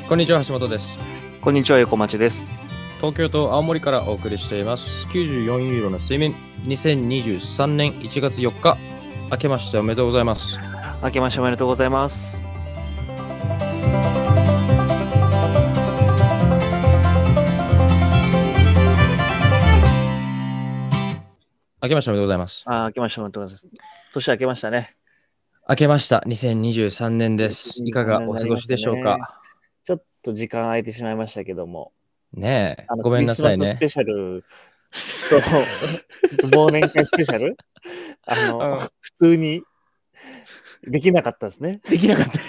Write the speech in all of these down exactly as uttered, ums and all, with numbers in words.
こんにちは、橋本です。 こんにちは、横町です。 東京と青森からお送りしています。きゅうじゅうよんユーロの睡眠、にせんにじゅうさんねんいちがつよっか、明けましておめでとうございます。 明けましておめでとうございます。 明けましておめでとうございます。 あ、明けましておめでとうございます。年明けましたね。 明けました。にせんにじゅうさんねんです。いかがお過ごしでしょうか。 ちょっと時間空いてしまいましたけども。 ねえ、ごめんなさいね。 クリスマススペシャルと忘年会スペシャルあの、うん、普通にできなかったですね。 できなかったです。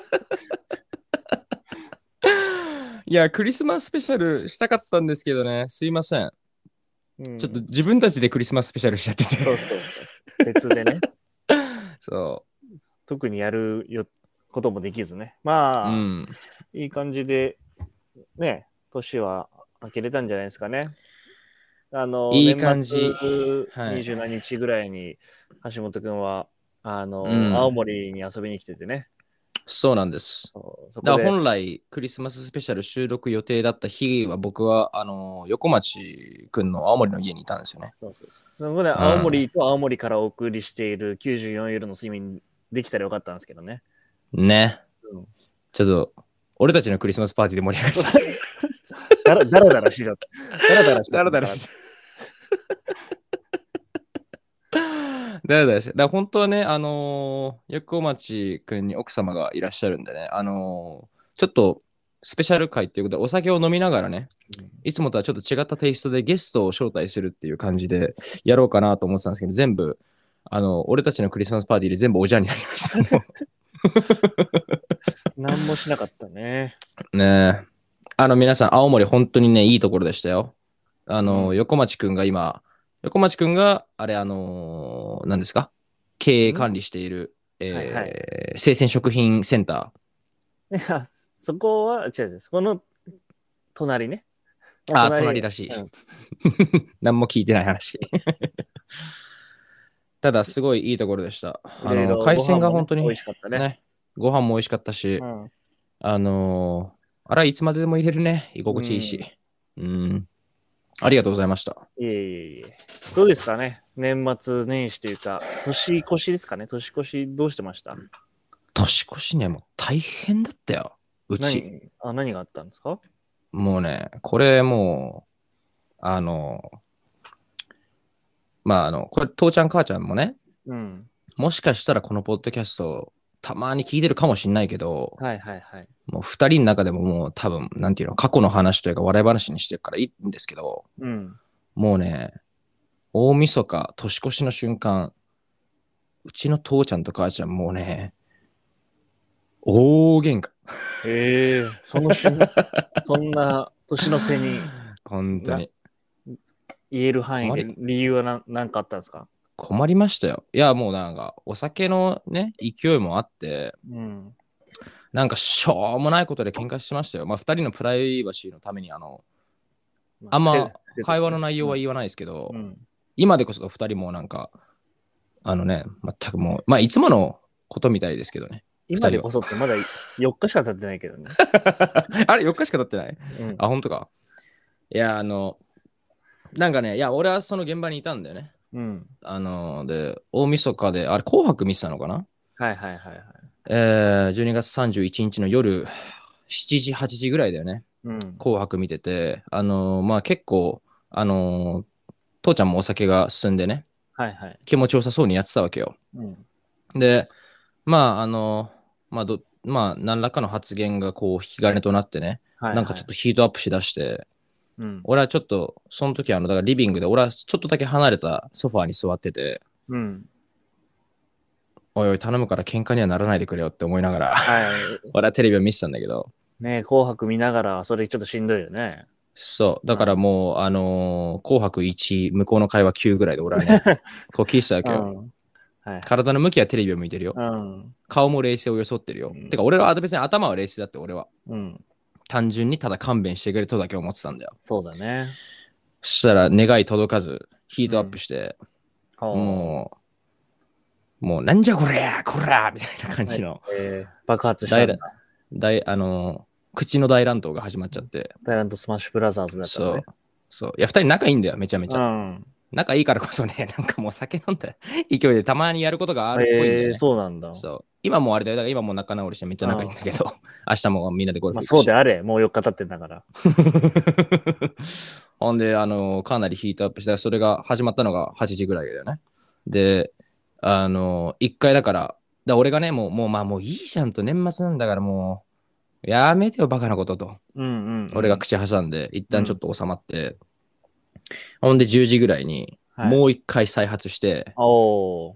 いや、クリスマススペシャルしたかったんですけどね、すいません。うん、ちょっと自分たちでクリスマススペシャルしちゃってて。 そうそうそう。別でね。 そう。 特にやるよこともできずね。まあ、うん、いい感じで、ね、年は明けれたんじゃないですかね。あの、 いい感じ。 にじゅう何日ぐらいに、橋本くんは、あの、うん、青森に遊びに来ててね。 そうなんです。そだから本来クリスマススペシャル収録予定だった日は僕はあの横町くんの青森の家にいたんですよね。 そうそうそう。そこで青森と青森からお送りしているきゅうじゅうよんユーロの睡眠できたらよかったんですけどね。 ね。うん、ちょっと俺たちのクリスマスパーティーで盛り上がりだらだらだらしちゃった。だらだらしちゃった。 だらだらしちゃった。だだだから本当はね、あのー、横町くんに奥様がいらっしゃるんでね、あのー、ちょっとスペシャル会っていうことでお酒を飲みながらね、うん、いつもとはちょっと違ったテイストでゲストを招待するっていう感じでやろうかなと思ってたんですけど、全部、あの、俺たちのクリスマスパーティーで全部おじゃんになりました。 何もしなかったね。 ねえ。あの、皆さん、青森本当にね、いいところでしたよ。あの、うん、横町くんが今、横町くんが、あれ、あのー、何ですか経営管理している、うん、えーはいはい、生鮮食品センター。いや、そこは、違う違う、そこの隣ね。 隣あ、隣らしい。うん、何も聞いてない話。ただ、すごいいいところでした。あの、海鮮が本当に、 美味しかったね。 ね。ご飯も美味しかったし、うん、あのー、あら、いつまででも入れるね。居心地いいし。うん、うんありがとうございました。 いえいえいえ。どうですかね年末年始というか、年越しですかね年越しどうしてました年越しね、もう大変だったよ。うち。 何あ、何があったんですかもうね、これもう、あの、まあ、あの、これ、父ちゃん母ちゃんもね、うん、もしかしたらこのポッドキャスト、たまに聞いてるかもしんないけど、 はいはいはい。 もう二人の中でももう多分、なんていうの、過去の話というか笑い話にしてるからいいんですけど、うん、もうね、大晦日、年越しの瞬間、うちの父ちゃんと母ちゃんもうね、大喧嘩。 ええー、その瞬そんな年の瀬に、 本当に。 言える範囲で理由は何かあったんですか困りましたよ。いや、もうなんか、お酒のね、勢いもあって、うん、なんか、しょうもないことで喧嘩してましたよ。まあ、二人のプライバシーのために、あの、あんま会話の内容は言わないですけど、うんうん、今でこそ二人もなんか、あのね、全くもう、まあ、いつものことみたいですけどね。 今でこそってまだよっかしか経ってないけどね。 あれ、よっかしか経ってない、うん、あ、本当か。いや、あの、なんかね、いや、俺はその現場にいたんだよね。うん。あの、で、大晦日で、あれ、紅白見てたのかなはいはいはいはい。 えー、じゅうにがつさんじゅういちにちの夜、しちじ、はちじぐらいだよね。うん。紅白見てて、あのー、まあ結構、あのー、父ちゃんもお酒が進んでね、はいはい。気持ちよさそうにやってたわけよ。うん。で、まあ、あのー、まあど、まあ、何らかの発言がこう、引き金となってね、はいはい、なんかちょっとヒートアップしだして、うん、俺はちょっと、その時あの、だからリビングで、俺はちょっとだけ離れたソファーに座ってて、うん、おいおい、頼むから喧嘩にはならないでくれよって思いながら、はい、俺はテレビを見てたんだけど。 ねえ、紅白見ながら、それちょっとしんどいよね。 そう。だからもう、うん、あのー、紅白いち、向こうの会話きゅうぐらいで俺はね、こう聞いてたわけよ。うんはい、体の向きはテレビを向いてるよ。うん、顔も冷静を装ってるよ。うん、てか、俺は別に頭は冷静だって、俺は。うん単純にただ勘弁してくれとだけ思ってたんだよ。 そうだね。 そしたら願い届かず、ヒートアップして、うん、もう、もうなんじゃこりゃこらみたいな感じの。 はいえー、爆発したんだ。 大あの口の大乱闘が始まっちゃって。 大乱闘スマッシュブラザーズだったね。 そう。そう。いや、二人仲いいんだよ、めちゃめちゃ。 うん、 仲いいからこそね、なんかもう酒飲んだ勢いでたまにやることがあるっぽいんだよね。 えー、そうなんだ。 そう。今もあれだよ。だから今も仲直りしてめっちゃ仲いいんだけど、明日もみんなでゴルフ行くし。まあそうであれ、もうよっか経ってんだから。 ほんで、あの、かなりヒートアップして、それが始まったのがはちじぐらいだよね。で、あの、一回だから、だ俺がね、もう、もう、まあもういいじゃんと、年末なんだからもう、やめてよ、バカなことと。 うんうんうん、 俺が口挟んで、一旦ちょっと収まって、うん、ほんでじゅうじぐらいに、もう一回再発して、はい、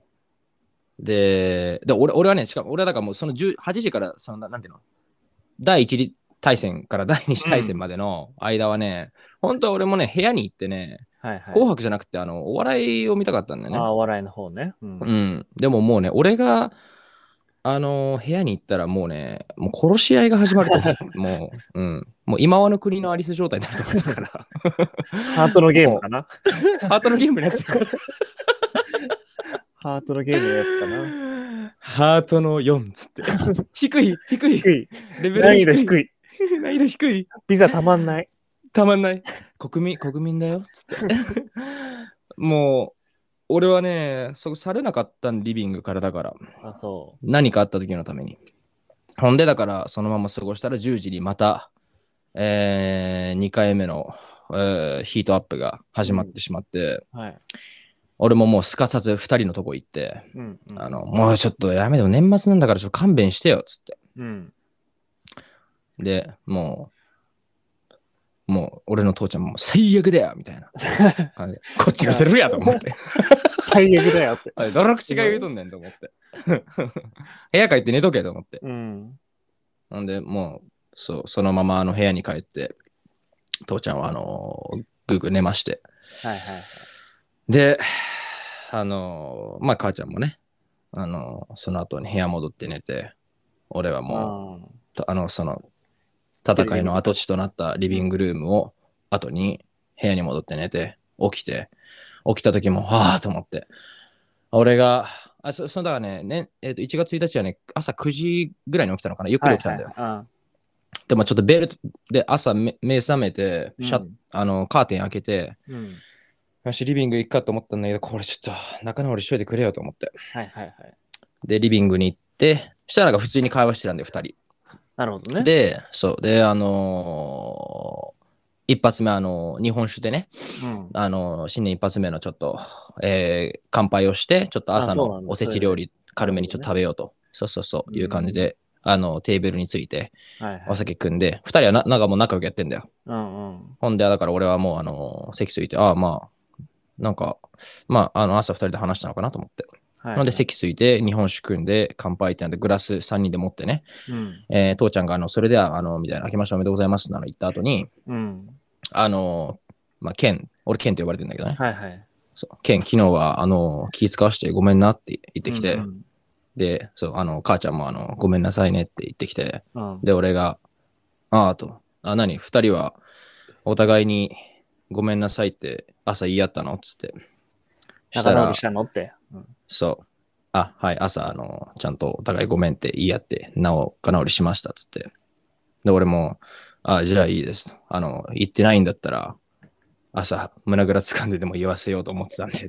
で、で俺俺はね、しかも俺はだからもうそのはちじから、その、なんていうの、第一対戦から第二次対戦までの間はね、うん、本当は俺もね、部屋に行ってね、はいはい、紅白じゃなくて、あの、お笑いを見たかったんだよね。 ああ、お笑いの方ね。うん。 うん、でももうね、俺が、あのー、部屋に行ったらもうね、もう殺し合いが始まると思う。もう、うん。もう今はの国のアリス状態になると思ったから。 ハートのゲームかなハートのゲームのやつかなハートのゲームのやつかなハートのよんつって。低い、低い。 低い。 レベル難易度低い。 難易度低い。 ピザたまんない。 たまんない。国民、国民だよ。つって。もう、俺はね、そこされなかったんリビングからだから。 あ、そう。 何かあった時のために。ほんでだから、そのまま過ごしたらじゅうじにまた、えー、にかいめの、えー、ヒートアップが始まってしまって、うん、はい、俺ももうすかさずふたりのとこ行って、うんうん、あの、もうちょっとやめてよ、年末なんだからちょっと勘弁してよ、つって。うん、で、もう、もう俺の父ちゃんも最悪だよ、みたいな。こっちのセルフやと思って。 最悪だよって。 どの口が言うとんねんと思って。部屋帰って寝とけと思って。うん。なんで、もう、そう、そのままあの部屋に帰って、父ちゃんはあのー、ぐーぐー寝まして。はいはいはい。で、あのー、まあ母ちゃんもね、あのー、その後に部屋戻って寝て、俺はもう、あの、その、戦いの跡地となったリビングルームを後に部屋に戻って寝て、起きて、起きた時も、はぁと思って。俺が、あ、そ、そのだからね、ね、えっと、いちがつついたちはね、朝くじぐらいに起きたのかな、ゆっくり起きたんだよ。はいはい、でもちょっとベルトで朝目覚めて、シャッ、うん、あの、カーテン開けて、うん、よし、リビング行くかと思ったんだけど、これちょっと仲直りしといてくれよと思って。はいはいはい。で、リビングに行って、したらなんか普通に会話してたんで、ふたり。 なるほどね。 で、そう。で、あのー、一発目、あのー、日本酒でね、うん、あのー、新年一発目のちょっと、えー、乾杯をして、ちょっと朝のおせち料理軽めにちょっと食べようと。そうそうそう、いう感じで、あの、テーブルについて、お酒組んで、二、はいはい、人はな、なんかもう仲良くやってんだよ。うんうん、ほんで、だから俺はもう、あの、席ついて、ああ、まあ、なんか、まあ、あの、朝二人で話したのかなと思って。はいはい、なので、席ついて、日本酒組んで、乾杯ってなんで、グラスさんにんで持ってね、うんえー、父ちゃんが、あの、それでは、あの、みたいな、明けましておめでとうございますなの言った後に、うん、あの、まあ、ケン、俺ケンって呼ばれてるんだけどね。はいはい。そう、ケン、昨日は、あの、気使わしてごめんなって言ってきて、うんうんで、そう、あの、母ちゃんも、あの、ごめんなさいねって言ってきて、うん、で、俺が、ああと、あ、何二人は、お互いに、ごめんなさいって、朝言い合ったのつって。 仲直りしたのって、 うん。そう。あ、はい、朝、あの、ちゃんとお互いごめんって言い合って、なお、仲直りしました、つって。で、俺も、あ、じゃあいいです。あの、言ってないんだったら、朝、胸ぐら掴んででも言わせようと思ってたんで、つって。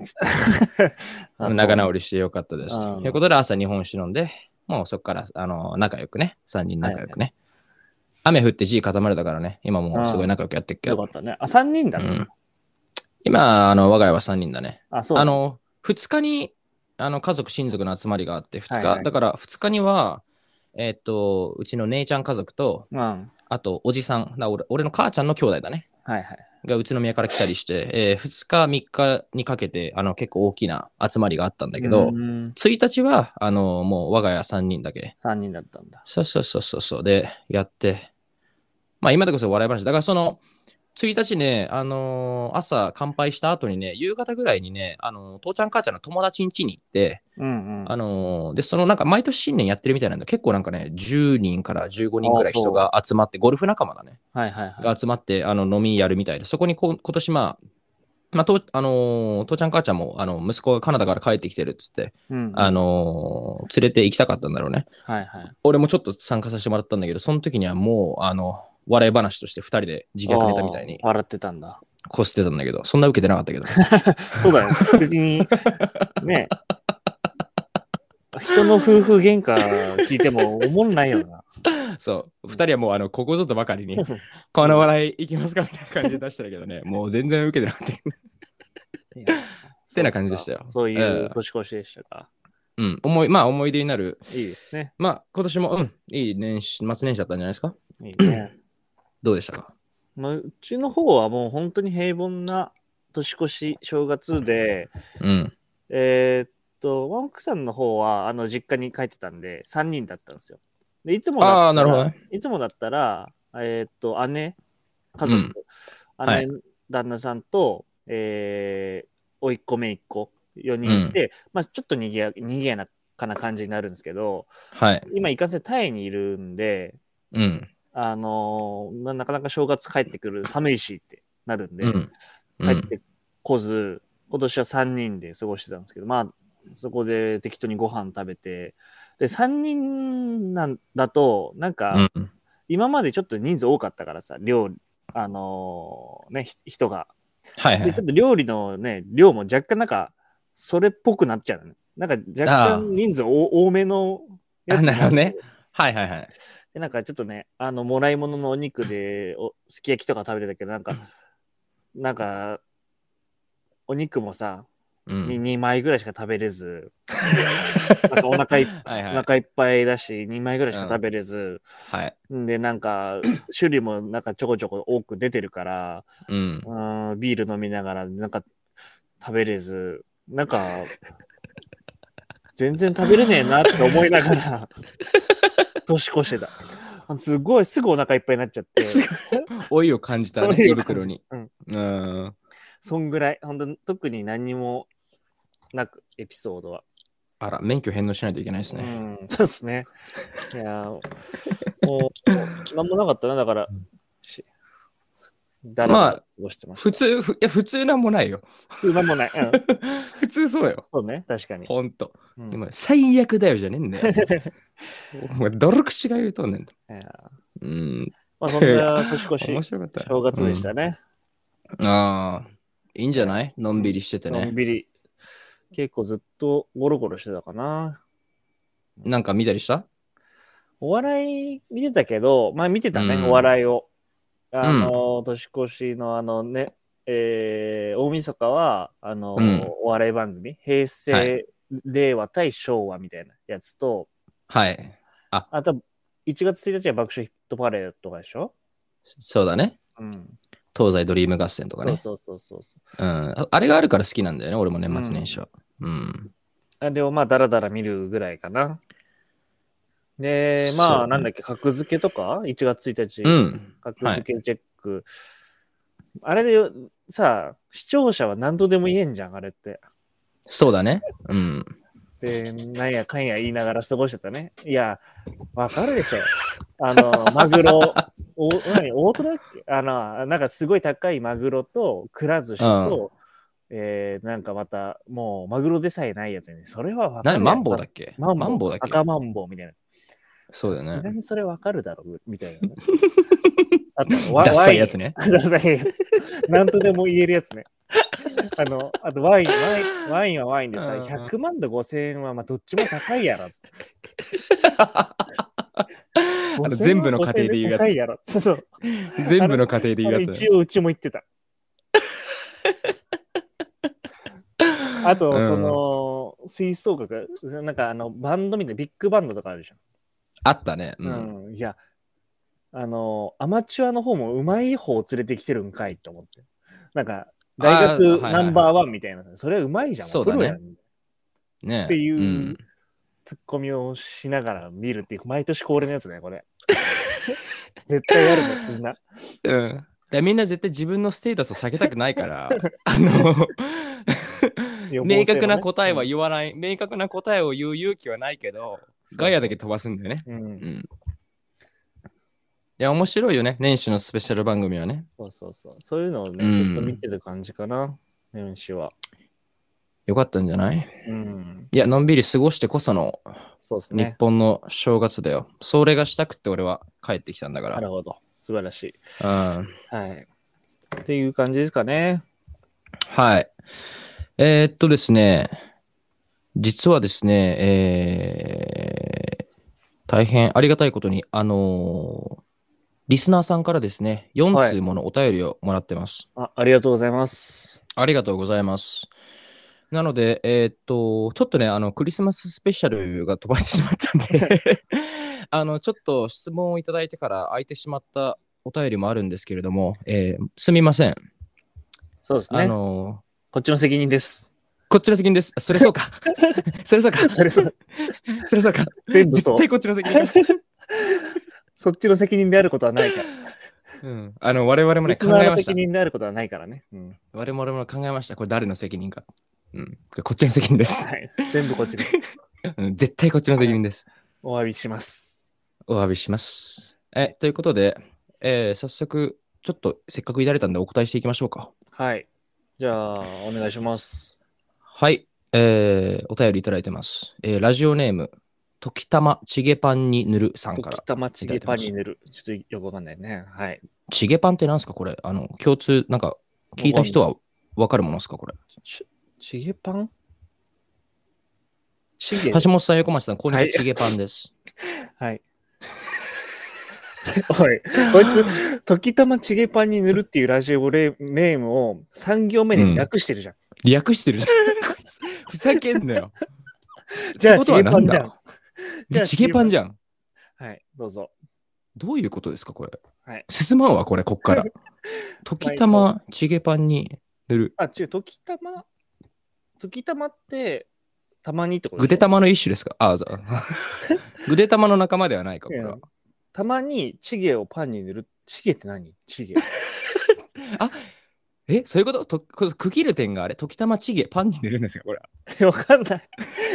仲直りしてよかったです。ということで、朝日本酒飲んで、もうそこから、あの、仲良くね、さんにん仲良くね。はいはい、雨降って地固まるだからね、今もうすごい仲良くやってっけど。 よかったね。あ、さんにんだね。うん、 今、あの、我が家はさんにんだね。あ、そうだね。あの、ふつかに、あの、家族、親族の集まりがあって、ふつか、はいはい、だからふつかには、えー、っと、うちの姉ちゃん家族と、うん、あと、おじさん、だ俺、俺の母ちゃんの兄弟だね。はいはい。が宇都宮から来たりして、えー、ふつか、みっかにかけて、あの、結構大きな集まりがあったんだけど、ついたちは、あの、もう我が家さんにんだけ。 さんにんだったんだ。 そうそうそうそう。で、やって、まあ今でこそ笑い話。だからその、ついたちね、あのー、朝乾杯した後にね、夕方ぐらいにね、あのー、父ちゃん母ちゃんの友達ん家に行って、うんうん、あのー、で、そのなんか毎年新年やってるみたいなんだ。結構なんかね、じゅうにんからじゅうごにんぐらい人が集まって、ゴルフ仲間だね。はいはいはい。が集まって、あの、飲みやるみたいで、そこにこ今年まあ、まあ、と、あのー、父ちゃん母ちゃんも、あの、息子がカナダから帰ってきてるっつって、うんうん、あのー、連れて行きたかったんだろうね。はいはい。俺もちょっと参加させてもらったんだけど、その時にはもう、あの、 笑い話としてふたりで自虐ネタみたいに笑ってたんだ。 こすってたんだけど、そんな受けてなかったけど。 そうだよ、ね。別に、ね。人の夫婦喧嘩聞いても思んないよな。 そう、ふたりはもうあのここぞとばかりに、この笑いいきますかみたいな感じで出したけどね、もう全然受けてなかったけど。ってな感じでしたよ。 そういう年越しでしたか。 うん、思い、まあ思い出になる。 いいですね。 まあ今年も、うん、いい年始、末年始だったんじゃないですか。 いいね。 どうでしたか。 まあ、うちの方はもう本当に平凡な年越し、正月で、 うん。 えー、っと、ワンクさんの方は、あの、実家に帰ってたんで、さんにんだったんですよ。で、いつもだったら、 ああ、なるほどね。 いつもだったら、えー、っと、姉、家族、うん、姉、はい、旦那さんと、えー、おいっ子めいっ子、よにんいて、うん、まあ、ちょっとにぎや、にぎやなかな感じになるんですけど、 はい、 今、いかんせんタイにいるんで、 うん、 あのー、なかなか正月帰ってくる寒いしってなるんで、うん、帰ってこず、今年はさんにんで過ごしてたんですけど、まあ、そこで適当にご飯食べて、で、さんにんなんだと、なんか、うん、今までちょっと人数多かったからさ、料理、あのー、ね、人が。 はいはい。 で、ちょっと料理のね、量も若干なんか、それっぽくなっちゃうね。なんか若干人数多めのやつ。 なるほどね。はいはいはい。 で、なんかちょっとね、あの、もらい物のお肉でお、すき焼きとか食べてたけど、なんか、なんか、お肉もさ、うん、にまいぐらいしか食べれず、なんかお腹いはい、はい、お腹いっぱいだし、にまいぐらいしか食べれず、うん、はい。で、なんか、種類もなんかちょこちょこ多く出てるから、うん、うんビール飲みながら、なんか食べれず、なんか、全然食べれねえなって思いながら、年越してた。すごいすぐお腹いっぱいになっちゃって。 老いを感じたね、胃袋に。 うん。うんそんぐらい、本当特に何にもなく、エピソードは。 あら、免許返納しないといけないですね。 うん、そうですね。いや、もう、なんもなかったな、だから。 だらだら過ごしてました。まあ、普通、ふいや、普通なんもないよ。 普通なんもない。うん、 普通そうよ。 そうね、確かに。 ほんと。うん、でも最悪だよじゃねえんだよ。お前、努力しが言うとんねんと。いやうん。まあ、そんな年越し、 面白かった正月でしたね。 うん、ああ、いいんじゃない、のんびりしててね。 のんびり。結構ずっとゴロゴロしてたかな。 なんか見たりした？ お笑い見てたけど、まあ見てたね、うん、お笑いを。あの、うん、年越しのあのね、えー、大晦日は、あの、うん、お笑い番組、平成、はい、令和対昭和みたいなやつと、 はい。 あ、あと、いちがつついたちは爆笑ヒットパレードとかでしょ？ そうだね。うん。東西ドリーム合戦とかね。 そうそうそうそう。 うん。あれがあるから好きなんだよね、俺も年末年始は。うん。うん、 あれをまあ、だらだら見るぐらいかな。で、まあ、なんだっけ、格付けとか ?いち 月ついたち、うん、格付けチェック。はい、あれでさ、視聴者は何度でも言えんじゃん、あれって。 そうだね。うん。 で、なんやかんや言いながら過ごしてたね。いや、わかるでしょ。あの、マグロ、お何大トロだっけあの、なんかすごい高いマグロと、くら寿司と、うん、えー、なんかまた、もう、マグロでさえないやつに、それはわかる。 何マンボウだっけマンボウマンボウだっけ赤マンボウみたいなやつ。 そうだよね。 さすがにそれわかるだろうみたいな、ね。あと、 ダッサいやつね。 ダサいやつ。なんとでも言えるやつね。あの、あとワイン、ワイン、ワインはワインでさ、ひゃくまんとごせんえんはまあどっちも高いやろ。 あの全部の家庭で言うやつ。 高いやろ。そうそう。 全部の家庭で言うやつ、ね。 一応うちも言ってた。あと、うん、その、吹奏楽、なんかあの、バンドみたいなビッグバンドとかあるじゃん。 あったね。 うん。うん、いや、あの、アマチュアの方もうまい方を連れてきてるんかいと思って。なんか、大学ナンバーワンみたいな。はいはいはい、それはうまいじゃん。 そうだね。 ねっていう、うん、ツッコミをしながら見るっていう、毎年恒例のやつね、これ。絶対やるの、みんな。 うん。でみんな絶対自分のステータスを下げたくないから、あの、明確な答えは言わない、うん、明確な答えを言う勇気はないけど、ガヤだけ飛ばすんだよね。うん。うん、いや、面白いよね、年始のスペシャル番組はね。 そうそうそう。そういうのをね、うん、ずっと見てる感じかな、年始は。 よかったんじゃない？うん。いや、のんびり過ごしてこその、そうですね、日本の正月だよ。それがしたくて俺は帰ってきたんだから。 なるほど。 素晴らしい。 うん。はい。っていう感じですかね。 はい。えー、っとですね、実はですね、えー、大変ありがたいことに、あのーリスナーさんからですね、よんはい。 通ものお便りをもらってます。 あ、ありがとうございます。 ありがとうございます。なので、えーっと、ちょっとね、あの、クリスマススペシャルが飛ばしてしまったんであの、ちょっと質問をいただいてから空いてしまったお便りもあるんですけれども、えーすみません。あそうですね。 のこっちの責任です。 こっちの責任です。それそうか。それそうか。 それそう。 それそうか。 全部そう。 絶対こっちの責任か。 そっちの責任であることはないから。 うん。あの、我々もね、 リスナーの考えました。 責任であることはないからね。うん。 我々も考えました。これ誰の責任か。うん。こっちの責任です。 はい。全部こっちです。 うん、絶対こっちの責任です。 お詫びします。 お詫びします。え、ということで、えー早速、ちょっとせっかくいただいたんでお答えしていきましょうか。 はい。じゃあ、お願いします。 はい。えーお便りいただいてます。えーラジオネーム、時たまちげパンに塗るさんから時たまいちげただいてます。 パンに塗る。ちょっとよくわかんないね。はい。 ちげパンってなんすかこれ。あの、共通、なんか、聞いた人はわかるものですかこれ。 ちちげパンちげ橋本さん、横町さん、こんにちは、 はいちげパンです。 はい。おい、こいつ、時たまちげパンに塗るっていうラジオネームをさん行目に略してるじゃん。 略してるじゃん。こいつふざけんなよ。 じゃあ、 ってことはなんだちげパンじゃん。じゃあちげパンじゃん。 はい、どうぞ。 どういうことですかこれ。 はい。 進まんわ、これ、こっから。時たまちげパンに塗る。 あ、違う、時たま、時たまって、たまにってことぐでしょでたまの一種ですかあ、ぐでたまの仲間ではないか、これは。 たまにチゲをパンに塗る。チゲって何チゲ。 あ、え、そういうこととこ区切る点があれ時たまちげパンに塗るんですかこれ。 わかんない。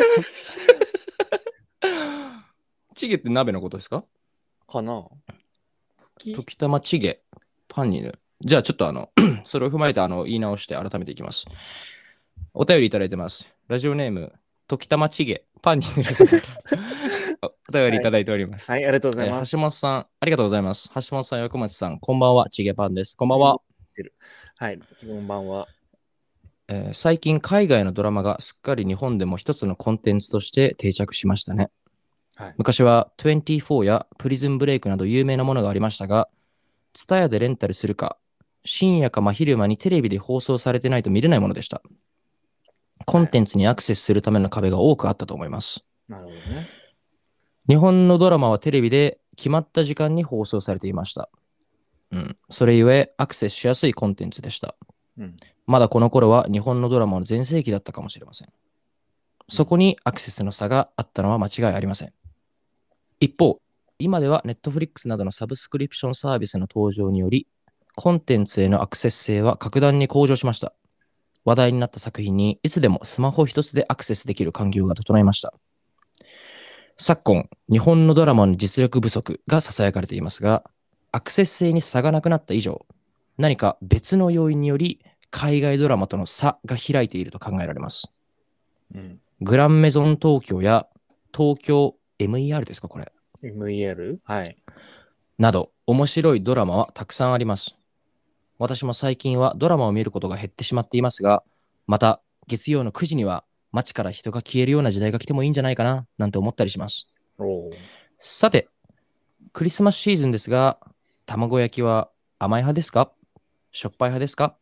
チゲって鍋のことですかかな時たまちげパンに塗る。じゃあちょっとあの、それを踏まえてあの言い直して改めていきます。お便りいただいてます。ラジオネーム、時たまちげパンに塗るさんからお便りいただいております。 はい、はい、ありがとうございます。 えー橋本さん、ありがとうございます。橋本さん、横町さん、こんばんは、ちげパンです。こんばんは。 はい、こんばんは。 えー最近海外のドラマがすっかり日本でも一つのコンテンツとして定着しましたね。はい、昔はにじゅうよんやプリズンブレイクなど有名なものがありましたが、ツタヤでレンタルするか、深夜か真昼間にテレビで放送されてないと見れないものでした。コンテンツにアクセスするための壁が多くあったと思います。 なるほどね。 日本のドラマはテレビで決まった時間に放送されていました。うん、それゆえアクセスしやすいコンテンツでした。うん、まだこの頃は日本のドラマの全盛期だったかもしれません。そこにアクセスの差があったのは間違いありません。一方、今では Netflix などのサブスクリプションサービスの登場により、コンテンツへのアクセス性は格段に向上しました。話題になった作品にいつでもスマホ一つでアクセスできる環境が整いました。昨今、日本のドラマの実力不足が囁かれていますが、アクセス性に差がなくなった以上、何か別の要因により海外ドラマとの差が開いていると考えられます。うん、グランメゾン東京や東京 エムイーアール ですかこれ。 エムイーアール? はい。 など面白いドラマはたくさんあります。私も最近はドラマを見ることが減ってしまっていますが、また月曜のくじには街から人が消えるような時代が来てもいいんじゃないかななんて思ったりします。さて、クリスマスシーズンですが、卵焼きは甘い派ですか？しょっぱい派ですか？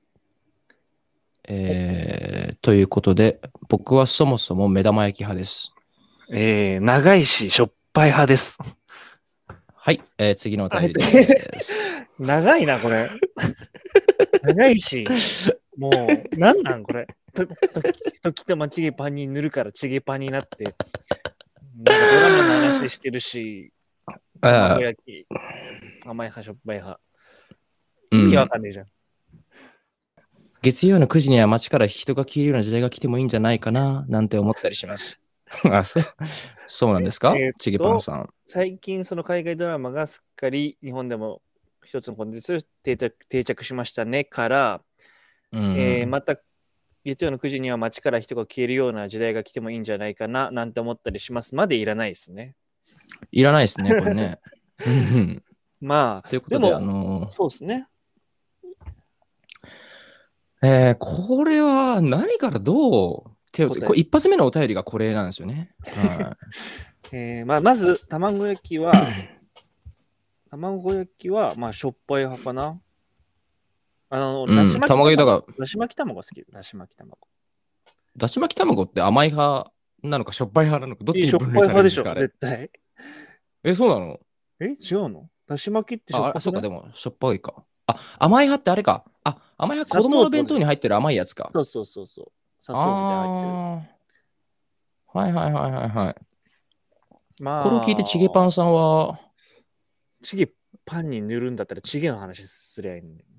えー、ということで、僕はそもそも目玉焼き派です。 えー、長いし、しょっぱい派です。 はい、えー、次のお便りです。 長いな、これ。長いし、もう、なんなんこれ。と、と、ときたまちげパンに塗るからちげパンになって、なんかドラマの話してるし、卵焼き、甘い派、しょっぱい派。意味わかんねえじゃん。 月曜のくじには街から人が消えるような時代が来てもいいんじゃないかななんて思ったりします。あ、そう、そうなんですか、えー、ちげパンさん。 最近その海外ドラマがすっかり日本でも一つのコンテンツ定着、定着しましたねから、うんえー、また月曜のくじには街から人が消えるような時代が来てもいいんじゃないかななんて思ったりしますまでいらないですね。 いらないですね、これね。 まあ、 ということで、あのー、 そうですね。 えー、これは何からどう手をつこれ一発目のお便りがこれなんですよね。はい、 えー、まあ、まず、卵焼きは、卵焼きは、まあ、しょっぱい派かな。あの、だし巻き卵、 卵だだし巻き卵好き。だし巻き卵。 だし巻き卵って甘い派なのかしょっぱい派なのかどっちに分類されるんですか？ しょっぱい派でしょ、絶対。 え、そうなの？ え、違うの？だし巻きってしょっぱくない？ あ、そうか、でもしょっぱいか。あ、甘い派ってあれか。あ、甘い派、子供の弁当に入ってる甘いやつか。 そうそうそうそう。砂糖みたいな入ってる。 はいはいはいはいはい。 まあ、 これを聞いてチゲパンさんは、 チゲパンに塗るんだったらチゲの話すりゃいいのに。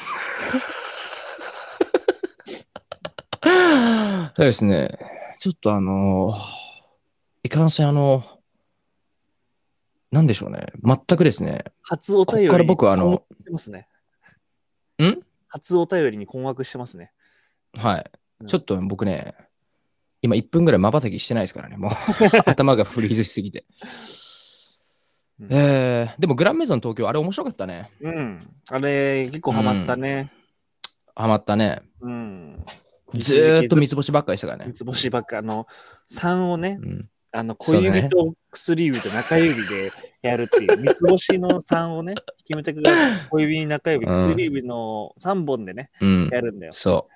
そうですね。ちょっとあのー、いかんせんあの、なんでしょうね。全くですね。 初お便りこっから僕はあの、 してますね。 ん初お便りに困惑してますね。 はい。うん、ちょっと僕ね、今いっぷんぐらい瞬きしてないですからね。もう頭がフリーズしすぎて。うん、えー、でもグランメゾン東京、あれ面白かったね。 うん。あれ、結構ハマったね。 うん、ハマったね。 うん。 ずーっと三つ星ばっかりしたからね。 三つ星ばっか、あの、さんをね、うん、あの小指と薬指と中指でやるっていう、三つ星のさんをね、キムタクが小指に中指、薬指のさんぼんでね、うん、やるんだよ。 そう。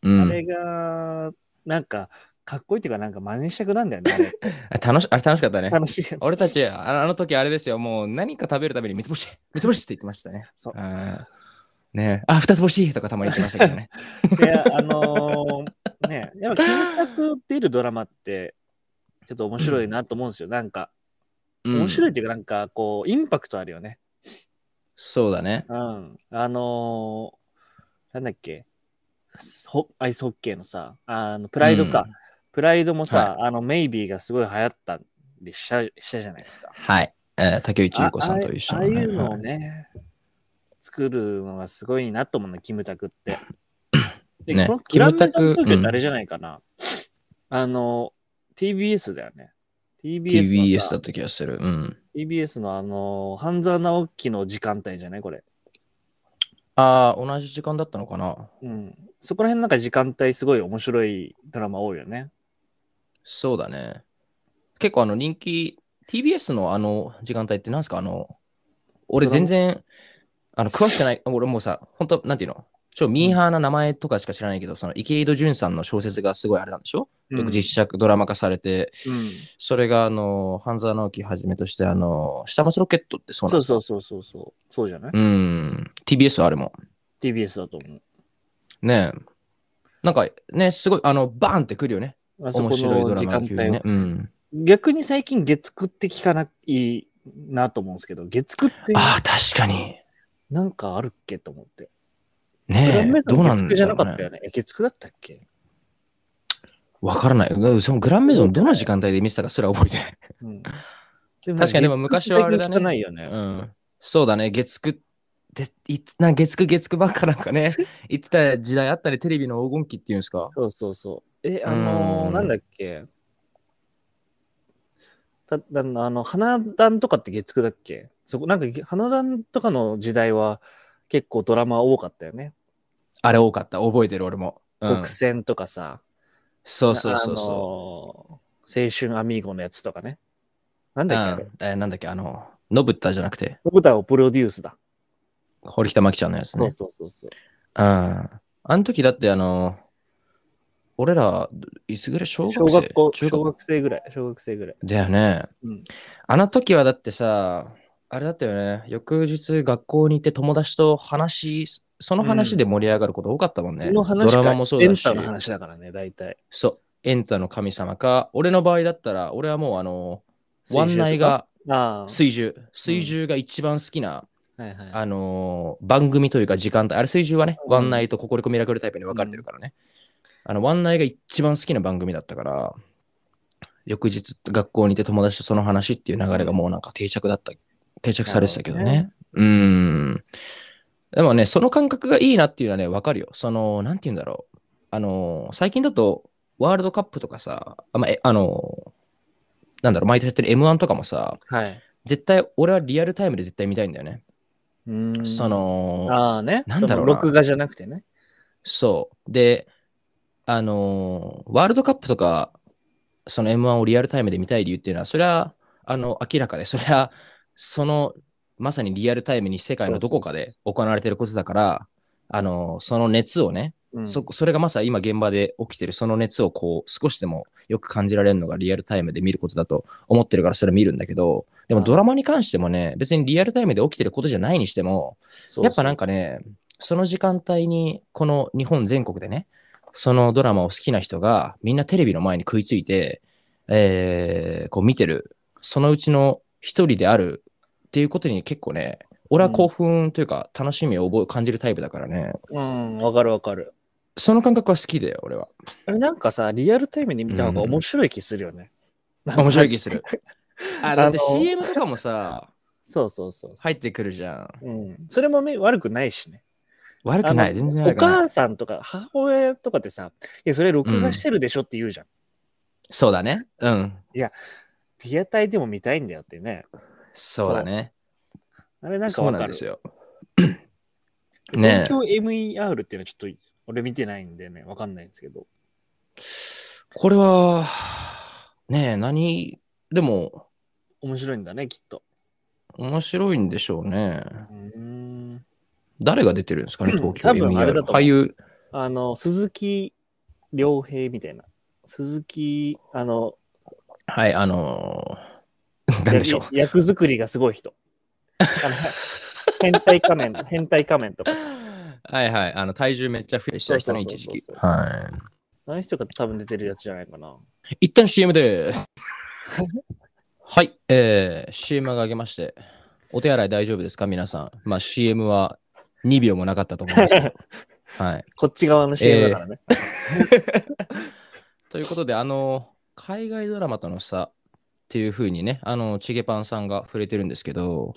うん、あれが、なんか、かっこいいっていうか、なんか真似したくなんだよね、あれ。 楽しあれ楽しかったね。 楽しい。 俺たちあ、あの時あれですよ、もう何か食べるために三つ星、三つ星って言ってましたね。 そう。 ねあ、二つ星とかたまに言ってましたけどね。 いや、あのー、ね、やっぱキムタク出るドラマって、ちょっと面白いなと思うんですよ。なんか、面白いっていうか、なんか、こう、インパクトあるよね。 そうだね。 うん。あのー、なんだっけ、アイスホッケーのさ、あのプライドか。うん、プライドもさ、はい、あの、メイビーがすごい流行ったりした、したじゃないですか。 はい。えー、竹内優子さんと一緒の、ね、ああいうのをね、はい、作るのがすごいなと思うの、キムタクって。で、ね、このグランメゾン東京ってあれじゃないかな。うん、あの、ティービーエス だよね。ティービーエスティービーエス だった気がする。うん。 ティービーエス のあの、半沢直樹の時間帯じゃないこれ。 ああ、同じ時間だったのかな。 うん。そこら辺なんか時間帯すごい面白いドラマ多いよね。 そうだね。結構あの人気、ティービーエス のあの時間帯って何すか？あの、俺全然、あの、詳しくない、俺もうさ、本当なんていうの超ミーハーな名前とかしか知らないけど、うん、その池井戸潤さんの小説がすごいあれなんでしょ、うん、よく実写ドラマ化されて、うん、それがあの、半沢直樹はじめとして、あの、下町ロケットってそうなんですか？ そうそうそうそうそう。そうじゃない？ うん。ティービーエス はあれも。 ティービーエス だと思う。 ねえ。なんかね、すごい、あの、バーンってくるよね。面白いドラマ級ね。うん。 逆に最近月9って聞かないなと思うんですけど、月9って。 ああ、確かに。 なんかあるっけと思って。 ねえ、どうなんだろうね。 じゃなかったよね。月9だったっけ？ わからない。そのグランメゾンどの時間帯で見てたかすら覚えてない。うん、確かにでも昔はあれだね。 ないよね。 うん。そうだね。月9で、いつな月9月9ばっかなんかね、言ってた時代あったね。テレビの黄金期っていうんですか。 そうそうそう。え、あのー、なんだっけたあの、花壇とかって月9だっけ？そこ、なんか、花壇とかの時代は結構ドラマ多かったよね。 あれ多かった。覚えてる俺も。 うん、極戦とかさ。 そうそうそうそう。 青春アミーゴのやつとかね。なんだっけ、 うん、えー、なんだっけあの、のぶったじゃなくて。 のぶたをプロデュースだ。 堀北真希ちゃんのやつね。 そうそうそうそう。 うん。あの時だってあの、俺ら、いつぐらい小学生小学校小学生ぐらい。小学生ぐらい。 だよね。うん、あの時はだってさ、あれだったよね。翌日学校に行って友達と話、その話で盛り上がること多かったもんね。うん、その話ドラマもそうだし。 エンタの話だからね、大体。 そう。エンタの神様か、俺の場合だったら、俺はもうあの、ワンナイが水獣。水獣が一番好きな、うんはいはい、あのー、番組というか時間帯。あれ水獣はね、うん、ワンナイとココリコミラクルタイプに分かれてるからね。うん、あの、ワンナイが一番好きな番組だったから、翌日学校にいて友達とその話っていう流れがもうなんか定着だった、定着されてたけどね。ねうん。でもね、その感覚がいいなっていうのはね、わかるよ。その、なんて言うんだろう。あの、最近だと、ワールドカップとかさ、あ、まあ、えあの、なんだろう、毎年やってる エムワン とかもさ、はい、絶対、俺はリアルタイムで絶対見たいんだよね。 うん。 その、 ああね。 なんだろうな。 録画じゃなくてね。 そう。で、あのーワールドカップとか、その エムワン をリアルタイムで見たい理由っていうのは、それは、あの、明らかで、それは、その、まさにリアルタイムに世界のどこかで行われていることだから、あの、その熱をね、うん、そそれがまさに今現場で起きてるその熱をこう少しでもよく感じられるのがリアルタイムで見ることだと思ってるからそれ見るんだけど、でもドラマに関してもね、別にリアルタイムで起きてることじゃないにしても、やっぱなんかね、その時間帯にこの日本全国でね、そのドラマを好きな人がみんなテレビの前に食いついて、えー、こう見てる、そのうちの一人であるっていうことに結構ね、俺は興奮というか楽しみを覚え感じるタイプだからね。 うん、わかるわかる。 その感覚は好きだよ、俺は。 あれなんかさ、リアルタイムで見た方が面白い気するよね。 うん、面白い気する。あ、だって シーエム とかもさ、 そうそうそう入ってくるじゃん。 うん。それも悪くないしね。 悪くない、全然悪くない。 お母さんとか母親とかってさ、いや、それ録画してるでしょって言うじゃん。うん、 そうだね。うん。 いや、リアタイでも見たいんだよってね。 そうだね。 あれなんかわかる。 そうなんですよ。ね、東京 エムイーアール っていうのはちょっと俺見てないんでね、わかんないんですけど。 これは、ねえ、何、でも、 面白いんだね、きっと。 面白いんでしょうね。うん、誰が出てるんですかね、東京 エムイーアール。俳優。 あの、鈴木亮平みたいな。鈴木、あの、 はい、あのー、何でしょう。 役作りがすごい人。あの変態仮面、変態仮面とかさ。 はいはい、あの体重めっちゃ増えてましたね、一時期。はい。 あの人が多分出てるやつじゃないかな。 一旦 シーエム です。はい、えー、シーエム が上げまして、お手洗い大丈夫ですか、皆さん。まあ シーエム はにびょうもなかったと思いますけど。はい。 こっち側の シーエム だからね。えー、ということで、あの、海外ドラマとの差っていうふうにね、あの、チゲパンさんが触れてるんですけど、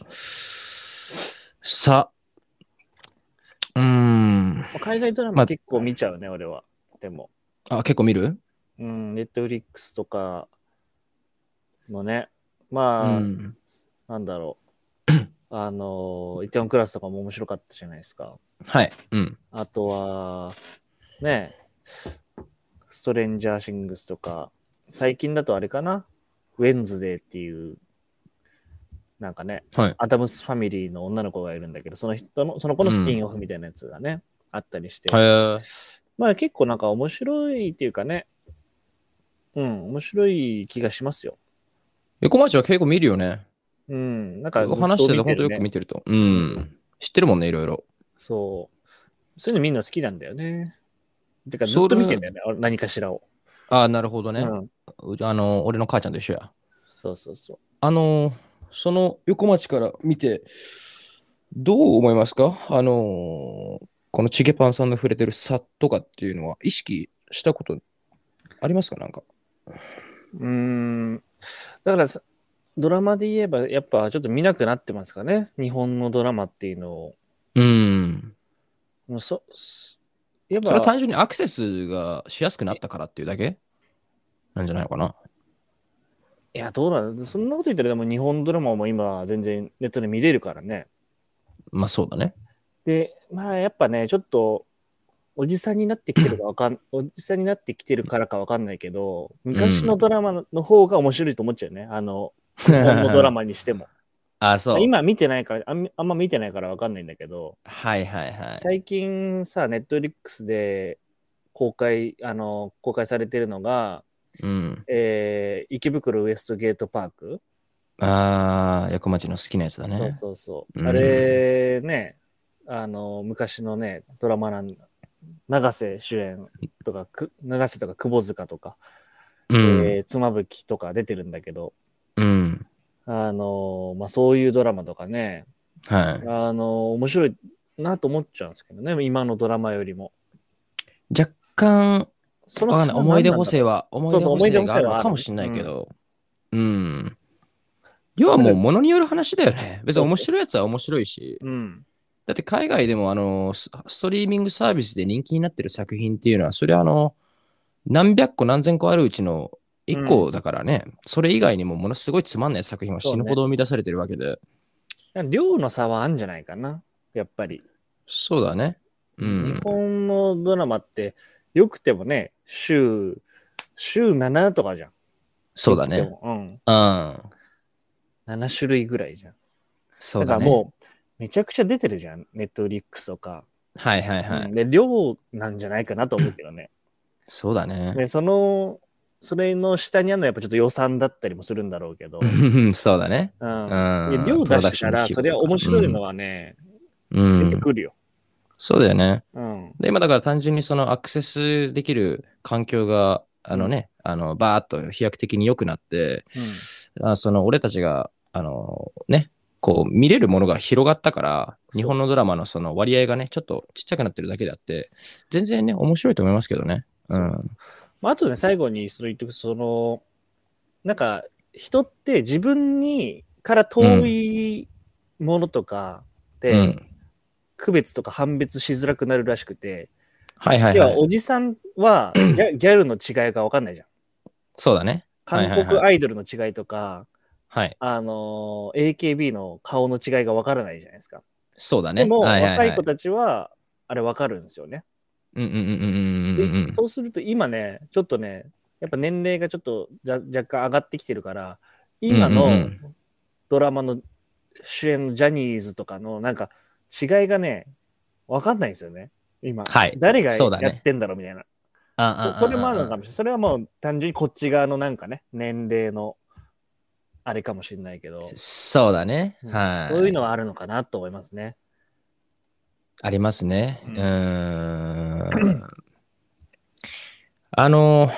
さ、うーん。 海外ドラマ結構見ちゃうね、ま、俺は。でも。 あ、結構見る？ うん、ネットフリックスとかもね。まあ、うん、なんだろう。あの、イテウォンクラスとかも面白かったじゃないですか。 はい。うん。 あとは、ね、ストレンジャーシングスとか、最近だとあれかな、ウェンズデーっていう、なんかね、はい、アダムスファミリーの女の子がいるんだけど、その人の、その子のスピンオフみたいなやつがね、うん、あったりして。まあ結構なんか面白いっていうかね、うん、面白い気がしますよ。 横町は結構見るよね。 うん、なんか、ね、 話してて本当よく見てると。うん。うん、知ってるもんね、いろいろ。 そう。そういうのみんな好きなんだよね。てかずっと見てんだよね、何かしらを。 ああ、なるほどね、うん。あの、俺の母ちゃんと一緒や。 そうそうそう。 あの、その横町から見て、どう思いますか？あの、このチゲパンさんの触れてる差とかっていうのは意識したことありますか？なんか。 うーん。だからドラマで言えば、やっぱちょっと見なくなってますかね。日本のドラマっていうのを。 うん。 もうそ、 やっぱそれは単純にアクセスがしやすくなったからっていうだけなんじゃないのかな。 いや、どうなんだ。そんなこと言ったら、でも日本ドラマも今全然ネットで見れるからね。 まあそうだね。 で、まあやっぱね、ちょっと、おじさんになってきてるかわかん、おじさんになってきてるからかわかんないけど、昔のドラマの方が面白いと思っちゃうね。あの、日本のドラマにしても。 あ、そう。 今見てないからあん、あんま見てないからわかんないんだけど、 はいはいはい。 最近さ、ネットフリックスで公開、あの、公開されてるのが、うん、えー、池袋ウエストゲートパーク。 ああ、横町の好きなやつだね。 そうそうそう。うん、あれね、あの、昔のね、ドラマなんだ。永瀬主演とか、永瀬とか窪塚とか、うん、えー、妻夫木とか出てるんだけど、うん、あの、まあ、そういうドラマとかね、はい。あの、面白いなと思っちゃうんですけどね、今のドラマよりも。 若干、その思い出補正は、思い出補正があるのかもしれないけど、うん、うん。要はもうものによる話だよね。別に面白いやつは面白いし。うん、だって海外でもあのストリーミングサービスで人気になってる作品っていうのは、それはあの何百個何千個あるうちのいっこだからね、うん、それ以外にもものすごいつまんない作品は死ぬほど生み出されてるわけで。 量の差はあるんじゃないかな、やっぱり。 そうだね。うん、 日本のドラマって、よくてもね、週、週ななとかじゃん。 そうだね。 うん。うん。なな種類ぐらいじゃん。 そうだね。 だからもう、めちゃくちゃ出てるじゃん。ネットフリックスとか。 はいはいはい。 うん、で、量なんじゃないかなと思うけどね。 そうだね。 で、その、それの下にあるのはやっぱちょっと予算だったりもするんだろうけど。 そうだね。 うん。で量出したら、それは面白いのはね、 うん、 出てくるよ。 そうだよね。 うん。 で、今だから単純にそのアクセスできる環境が、あのね、うん、あの、バーっと飛躍的に良くなって、うん、あその俺たちが、あの、ね、こう見れるものが広がったから、日本のドラマのその割合がね、ちょっとちっちゃくなってるだけであって、全然ね、面白いと思いますけどね。うん。 まあ、あとね、最後にそれ言っておくと、その、なんか、人って自分にから遠いものとかで、うん、区別とか判別しづらくなるらしくて、 はいはいはい。 要は、おじさんはギャギャルの違いが分かんないじゃん。 そうだね。 韓国アイドルの違いとか、 はい、 あの、エーケービー の顔の違いが分からないじゃないですか。 そうだね。 でも、はいはいはい、若い子たちは、あれ分かるんですよね。 うんうんうんうんうんうん。 そうすると今ね、ちょっとね、やっぱ年齢がちょっと若干上がってきてるから、今のドラマの主演のジャニーズとかのなんか違いがね、分かんないんですよね。今。はい、誰がやってんだろうみたいな。ああそれもあるのかもしれない。それはもう単純にこっち側のなんかね、年齢のあれかもしれないけど。 そうだね。はい。 そういうのはあるのかなと思いますね。 ありますね。うん。うんあの、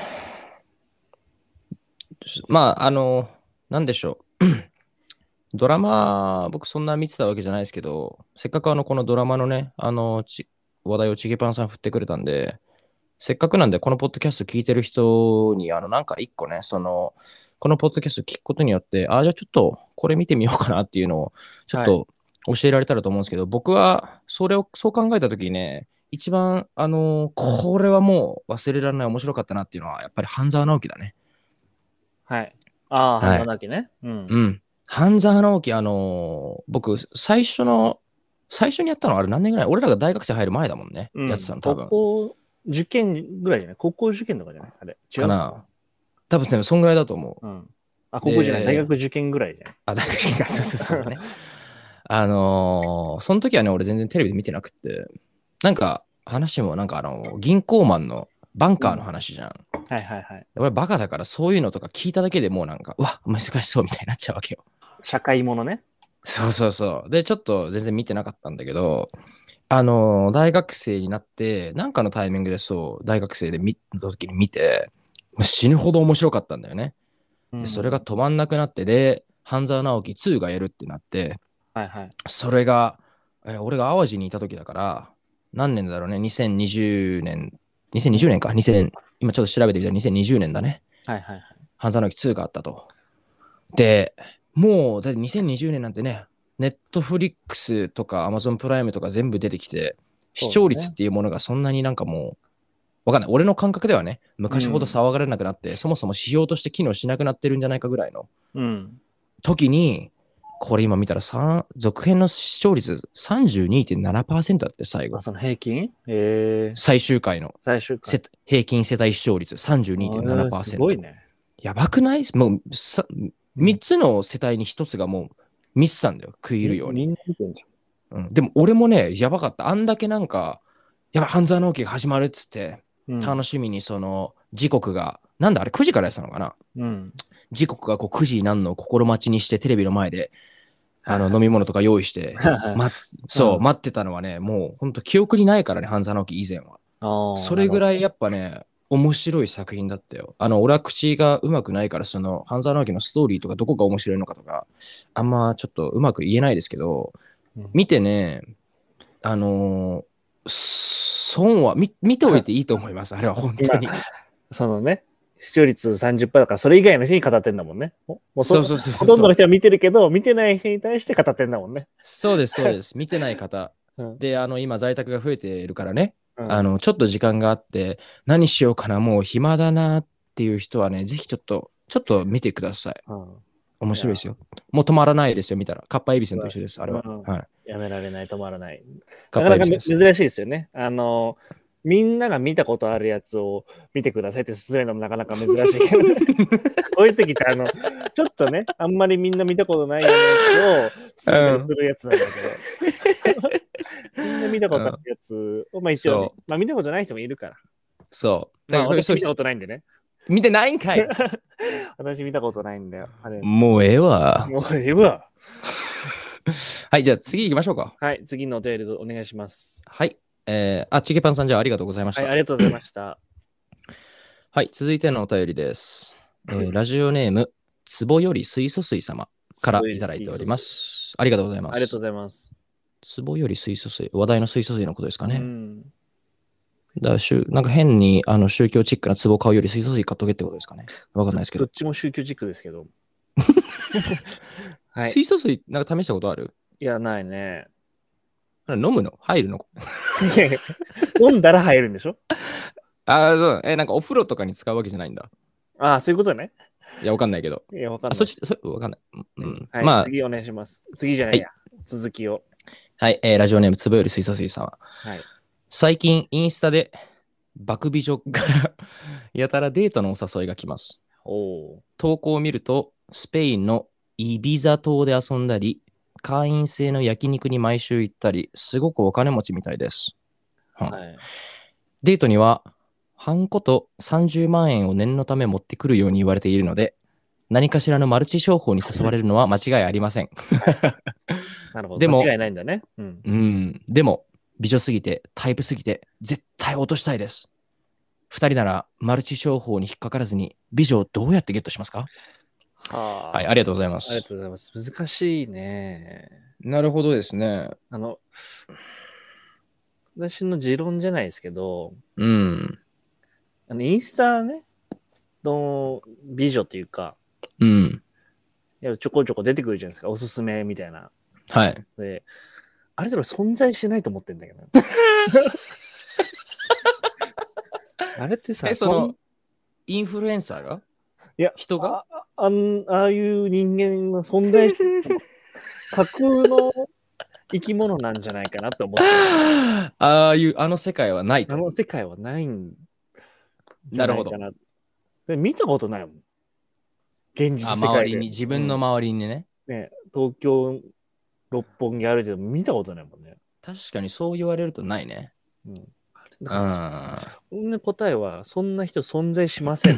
まあ、あの、なんでしょう。ドラマ、僕そんな見てたわけじゃないですけど、せっかくあの、このドラマのね、あの、ち話題をちげぱんさん振ってくれたんで、せっかくなんで、このポッドキャスト聞いてる人に、あの、なんか一個ね、その、このポッドキャスト聞くことによって、あ、じゃあちょっとこれ見てみようかなっていうのを、ちょっと教えられたらと思うんですけど、はい、僕はそれを、そう考えたときにね、一番、あの、これはもう忘れられない面白かったなっていうのは、やっぱり半沢直樹だね。 はい。ああ、半沢直樹ね。うん。 うん。半沢直樹、あのー、僕、最初の、最初にやったのあれ何年ぐらい俺らが大学生入る前だもんね。うん、やってたの、多分。 高校受験ぐらいじゃない高校受験とかじゃないあれ。違うかな多分ね、そんぐらいだと思う。 うん。あ、高校じゃない、大学受験ぐらいじゃないあ、大学受験か、そうそうそうね。あのー、その時はね、俺全然テレビで見てなくて、なんか、話もなんかあの、銀行マンのバンカーの話じゃん。 うん、はいはいはい。 俺バカだからそういうのとか聞いただけでもうなんか、うわ、難しそうみたいになっちゃうわけよ。 社会ものね。 そうそうそう。で、ちょっと全然見てなかったんだけど、あのー、大学生になって、なんかのタイミングでそう、大学生で見た時に見て、死ぬほど面白かったんだよね。で、それが止まんなくなって、で、半沢直樹ツーがやるってなって、 はいはい、 それが、え俺が淡路にいた時だから、何年だろうね、にせんにじゅうねん、にせんにじゅうねんか、にせん今ちょっと調べてみたらにせんにじゅうねんだね。 はいはいはい。 半沢直樹ツーがあったと。で、もう、だってにせんにじゅうねんなんてね、ネットフリックスとかアマゾンプライムとか全部出てきて、視聴率っていうものがそんなになんかもう、わかんない。俺の感覚ではね、昔ほど騒がれなくなって、うん、そもそも指標として機能しなくなってるんじゃないかぐらいの時に、これ今見たら続編の視聴率 さんじゅうにてんななパーセント だって最後。 あ、その平均、えー、 最終回の最終回平均世帯視聴率 さんじゅうにてんななパーセント。すごいね。 やばくない？もうさみっつの世帯にひとつがもうミスったんだよ。食い入るように。 みんな見てんじゃん。うん。でも俺もね、やばかった。あんだけなんか、やばい、半沢直樹が始まるっつって、うん、楽しみにその時刻が、なんだあれくじからやってたのかな、うん、時刻がこうくじになるのを心待ちにしてテレビの前で、あの飲み物とか用意して、ま、そう、うん、待ってたのはね、もう本当記憶にないからね、半沢直樹以前は。それぐらいやっぱね、面白い作品だったよ。あの、俺は口がうまくないから、その、半沢直樹のストーリーとかどこが面白いのかとか、あんまちょっとうまく言えないですけど、うん、見てね、あのー、損は見、見ておいていいと思います、あれは本当に。 そのね、視聴率 さんじゅっパーセント だから、それ以外の人に語ってんだもんね。もうそうそうそうそう。 ほとんどの人は見てるけど、見てない人に対して語ってんだもんね。 そうです、そうです。見てない方。うん、で、あの、今在宅が増えているからね。あの、ちょっと時間があって、何しようかな、もう暇だなっていう人はね、ぜひちょっと、ちょっと見てください。 うん、 面白いですよ。もう止まらないですよ、見たら。カッパエビセンと一緒です、あれは。うん、はい。 やめられない、止まらない。なかなか珍しいですよね。あの、みんなが見たことあるやつを見てくださいって勧めるのもなかなか珍しいけど、こういう時ってあの、ちょっとね、あんまりみんな見たことないようなやつを勧めたりするやつなんだけど、うん、みんな見たことあるやつを、まあ一応、ね、まあ見たことない人もいるから。 そう。 まあ私見たことないんでね。 見てないんかい私見たことないんだよ。 もうええわ。 もうええわ。 はい、じゃあ次行きましょうか。 はい、次のお便りお願いします。 はい。えー、あ、チゲパンさん、じゃあありがとうございました。 はい、ありがとうございました。 はい、続いてのお便りです。えー、ラジオネーム、つぼより水素水様からいただいております。ありがとうございます。 ありがとうございます。 つぼより水素水、話題の水素水のことですかね。うん、だしゅなんか変にあの宗教チックな壺買うより水素水買っとけってことですかね。わかんないですけど。 どっちも宗教チックですけど。 はい、水素水なんか試したことある？ いや、ないね。 飲むの？入るの？ 飲んだら入るんでしょ？ ああ、そう。え、なんかお風呂とかに使うわけじゃないんだ。 ああ、そういうことね。 いや、わかんないけど。 いや、わかんない。 あ、そっち、そわかんない。うん。 はい、まあ、次お願いします。次じゃないや。はい、続きを。 はい、えー、ラジオネーム、つぼより水素水様。はい。最近、インスタで、爆美女からやたらデートのお誘いが来ます。お投稿を見ると、スペインのイビザ島で遊んだり、会員制の焼肉に毎週行ったり、すごくお金持ちみたいです。はい、デートには、ハンコとさんじゅうまんえんを念のため持ってくるように言われているので、何かしらのマルチ商法に誘われるのは間違いありません。 なるほど。でも、間違いないんだね。 うん。うん。でも、美女すぎて、タイプすぎて、絶対落としたいです。二人なら、マルチ商法に引っかからずに、美女をどうやってゲットしますか？は、はい、ありがとうございます。 ありがとうございます。難しいね。 なるほどですね。 あの、私の持論じゃないですけど、 うん。 あのインスタね、の美女というか、 うん。 いやちょこちょこ出てくるじゃないですか、おすすめみたいな。 はい。 で、あれでも存在しないと思ってんだけど。あれってさ、 え、その、インフルエンサーがいや、 人があ, あ, ああいう人間が存在して架空の生き物なんじゃないかなと思ってああいう、あの世界はないと。 あの世界はないんじゃないかな。なるほど。見たことないもん。現実世界で。 周りに、自分の周りにね。 うん、ね、東京、六本木歩いても見たことないもんね。 確かにそう言われるとないね。うん。 だからそんな答えは、そんな人存在しません。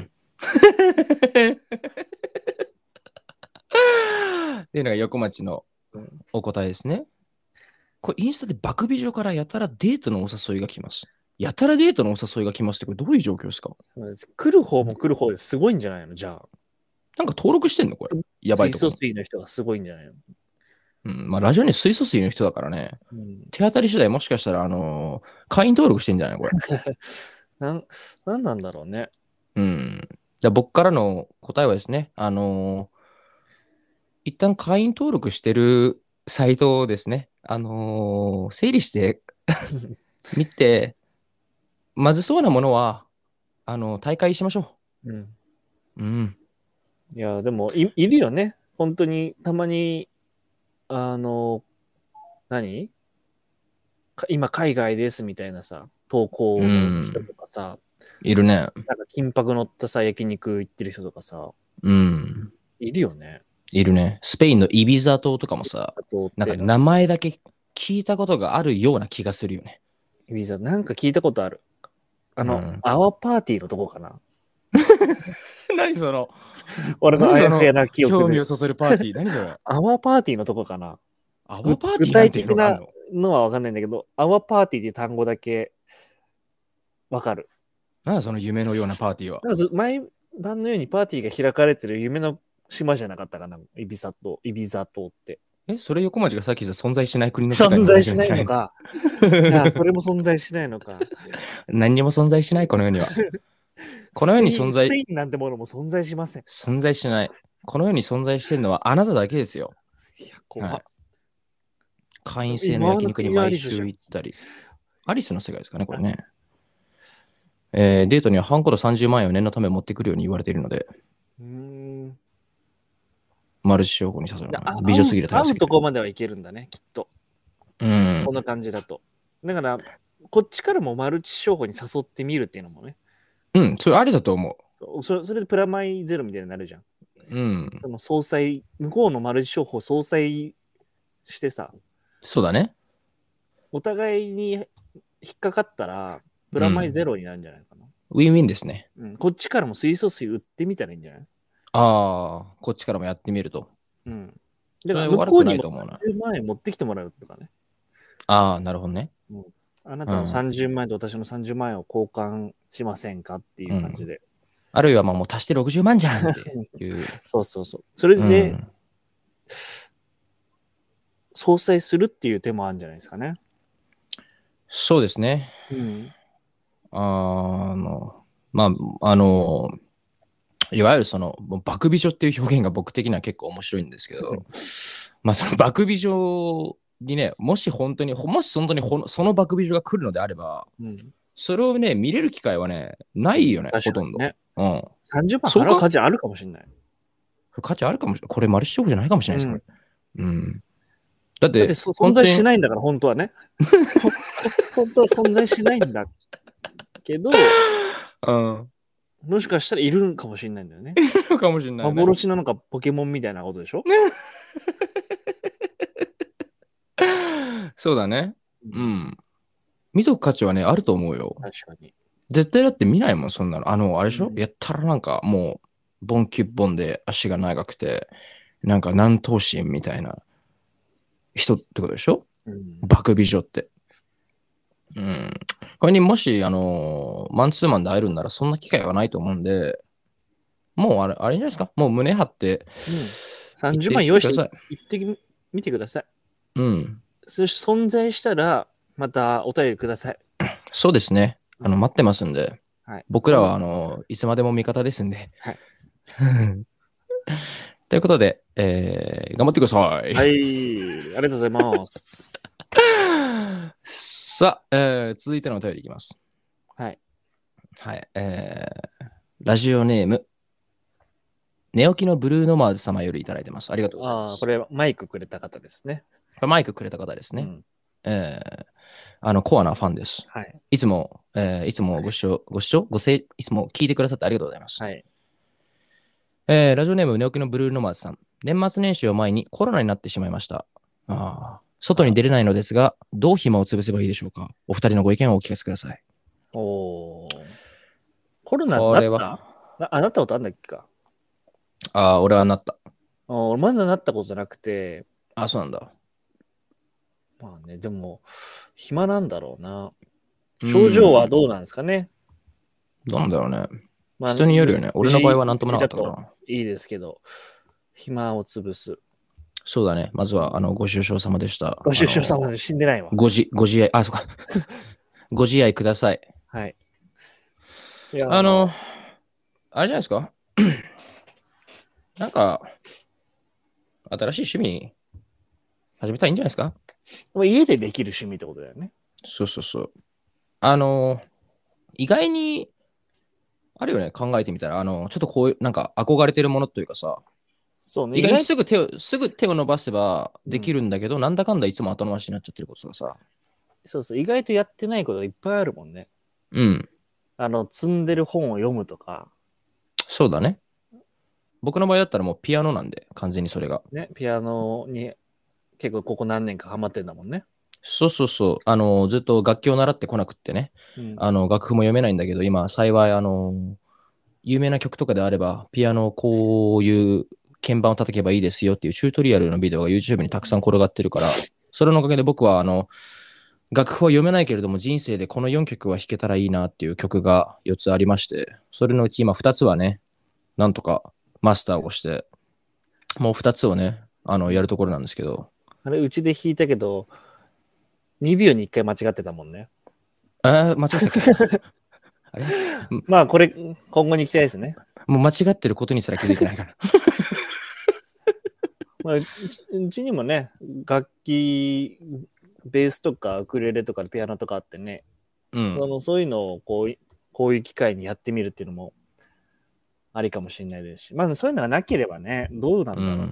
っていうのが横町のお答えですね。これインスタで爆美女からやたらデートのお誘いが来ます。やたらデートのお誘いが来ますってこれどういう状況ですか？ 来る方も来る方ですごいんじゃないの？じゃあ。 なんか登録してんのこれ。やばいとこ。 水素水の人がすごいんじゃないの？ うん。まあラジオに水素水の人だからね。うん、手当たり次第もしかしたら、あのー、会員登録してんじゃないこれ。 なん、なんなんだろうね。 うん。じゃあ僕からの答えはですね、あのー、一旦会員登録してるサイトをですね、あのー、整理して見て、まずそうなものは、あの、大会しましょう。うん。 うん。いや、でもい、いるよね。本当に、たまに、あの、何今、海外ですみたいなさ、投稿の人とかさ、 うん、いるね。 なんか金箔乗ったさ、焼肉行ってる人とかさ、 うん。 いるよね。 いるね。スペインのイビザ島とかもさ、なんか名前だけ聞いたことがあるような気がするよね。 イビザ、なんか聞いたことある。あの、うん、アワーパーティーのとこかな。 何その、 俺のあやふやな記憶で。 興味をそそるパーティー。何それ。 アワーパーティーのとこかな。 アワーパーティー具体的なのはわかんないんだけど、アワーパーティーって単語だけわかる。 なんだその夢のようなパーティーは。 毎晩のようにパーティーが開かれてる夢の島じゃなかったかな、イビザ島、イビザ島って。 え、それ横町がさっき言った存在しない国の世界に存在しないのか。じゃあ、それも存在しないのか。 何にも存在しない、この世には。この世に存在。 スペインなんてものも存在しません。 存在しない。この世に存在してるのはあなただけですよ。 いや、怖い。はい、 会員制の焼肉に毎週行ったり。アリスの世界ですかね、これね。えー、デートにはハンコとさんじゅうまんえんを念のため持ってくるように言われているので。うーん。 マルチ商法に誘うの。美女すぎる、 会うとこまではいけるんだね、きっと。 うん。 こんな感じだと。だから、こっちからもマルチ商法に誘ってみるっていうのもね。 うん、それありだと思う。それそれでプラマイゼロみたいになるじゃん。 うん。 その総裁、向こうのマルチ商法総裁してさ。 そうだね。 お互いに引っかかったら、プラマイゼロになるんじゃないかな。 うん、ウィンウィンですね、 うん。こっちからも水素水売ってみたらいいんじゃない？ ああ、こっちからもやってみると。 うん。 だから向こうにもさんじゅうまん円持ってきてもらうとかね。 ああ、なるほどね。 うん、あなたのさんじゅうまん円と私のさんじゅうまん円を交換しませんかっていう感じで。うん、 あるいはまあもう足してろくじゅうまんじゃんっていう。 そうそうそう。それで、ね、うん、総裁するっていう手もあるんじゃないですかね。 そうですね。うん、あの、まあ、あの、いわゆるその、爆美女っていう表現が僕的には結構面白いんですけど、まあその爆美女にね、もし本当に、もし本当にその爆美女が来るのであれば、うん、それをね、見れる機会はね、ないよね、ほとんど。うん。 さんじゅうまん払う価値あるかもしれない。 価値あるかもしれない。これマルチ商法じゃないかもしれないです、これ。うん。うん、 だって、だって存在しないんだから、本当はね。本当は存在しないんだけど、うん。もしかしたらいるかもしれないんだよね。 いるかもしれない、ね。 幻のなんかポケモンみたいなことでしょそうだね。うん。見とく価値はね、あると思うよ。 確かに。 絶対だって見ないもん、そんなの。あの、あれでしょ、うん、やったらなんかもう、ボンキュッボンで足が長くて、なんか南東神みたいな人ってことでしょ、うん、爆美女って。うん。これにもし、あのー、マンツーマンで会えるんならそんな機会はないと思うんで、もうあれ、あれじゃないですか。もう胸張って、 うん、さんじゅうまん用意して行ってみてください。うん。そして存在したら、またお便りください。 そうですね。あの、待ってますんで。はい、僕らは、あの、いつまでも味方ですんで。はい。ということで、えー、頑張ってください。 はい。ありがとうございます。 さあ、えー、続いてのお便りいきます。はい。はい。えー、ラジオネーム、寝起きのブルーノマーズ様よりいただいてます。ありがとうございます。 ああ、これマイクくれた方ですね。 これマイクくれた方ですね。うん、えー、あの、コアなファンです。はい。いつも、えー、いつもご視聴、ご視聴、ごせい、いつも聞いてくださってありがとうございます。はい。えー、ラジオネーム、寝起きのブルーノマーズさん。年末年始を前にコロナになってしまいました。ああ。外に出れないのですが、どう暇を潰せばいいでしょうか。お二人のご意見をお聞かせください。 おー。コロナになった？あ、あなったことあんだっけか。 ああ、俺はなった。 あ、俺まだなったことじゃなくて。 あ、そうなんだ。 まあね、でも、暇なんだろうな。症状はどうなんですかね。 どうなんだろうね。まあ、人によるよね。俺の場合はなんともなかったから。 いいですけど、暇を潰す。 そうだね。まずは、あの、ご愁傷様でした。 ご愁傷様で死んでないわ。 ご自、ご自愛、あ、そうか。ご自愛ください。はい。いやあの、あれじゃないですか。なんか、新しい趣味、始めたらいいんじゃないですか。 家でできる趣味ってことだよね。 そうそうそう。あの、意外に、あるよね、考えてみたら、あの、ちょっとこういう、なんか憧れてるものというかさ、そうね、意外にすぐ手を、すぐ手を伸ばせばできるんだけど、うん、なんだかんだいつも後回しになっちゃってることがさ。 そうそう、意外とやってないことがいっぱいあるもんね。うん。あの、積んでる本を読むとか。 そうだね。僕の場合だったらもうピアノなんで、完全にそれが。 ね、ピアノに結構ここ何年かハマってんだもんね。 そうそうそう。あの、ずっと楽器を習ってこなくってね。うん、あの、楽譜も読めないんだけど、今、幸い、あの、有名な曲とかであれば、ピアノをこういう鍵盤を叩けばいいですよっていうチュートリアルのビデオが YouTube にたくさん転がってるから、それのおかげで僕は、あの、楽譜は読めないけれども、人生でこのよんきょくは弾けたらいいなっていう曲がよっつありまして、それのうち今ふたつはね、なんとかマスターをして、もうふたつをね、あの、やるところなんですけど。 あれ、うちで弾いたけど、にびょうにいっかい間違ってたもんね。 えー、間違ってたっけあれまあ、これ、今後に期待ですね。 もう間違ってることにすら気づいてないから。 まあ、うちにもね、楽器、ベースとかウクレレとかピアノとかあってね、うん、あのそういうのをこうこういう機会にやってみるっていうのもありかもしれないですし、まずそういうのがなければね、どうなんだろうね。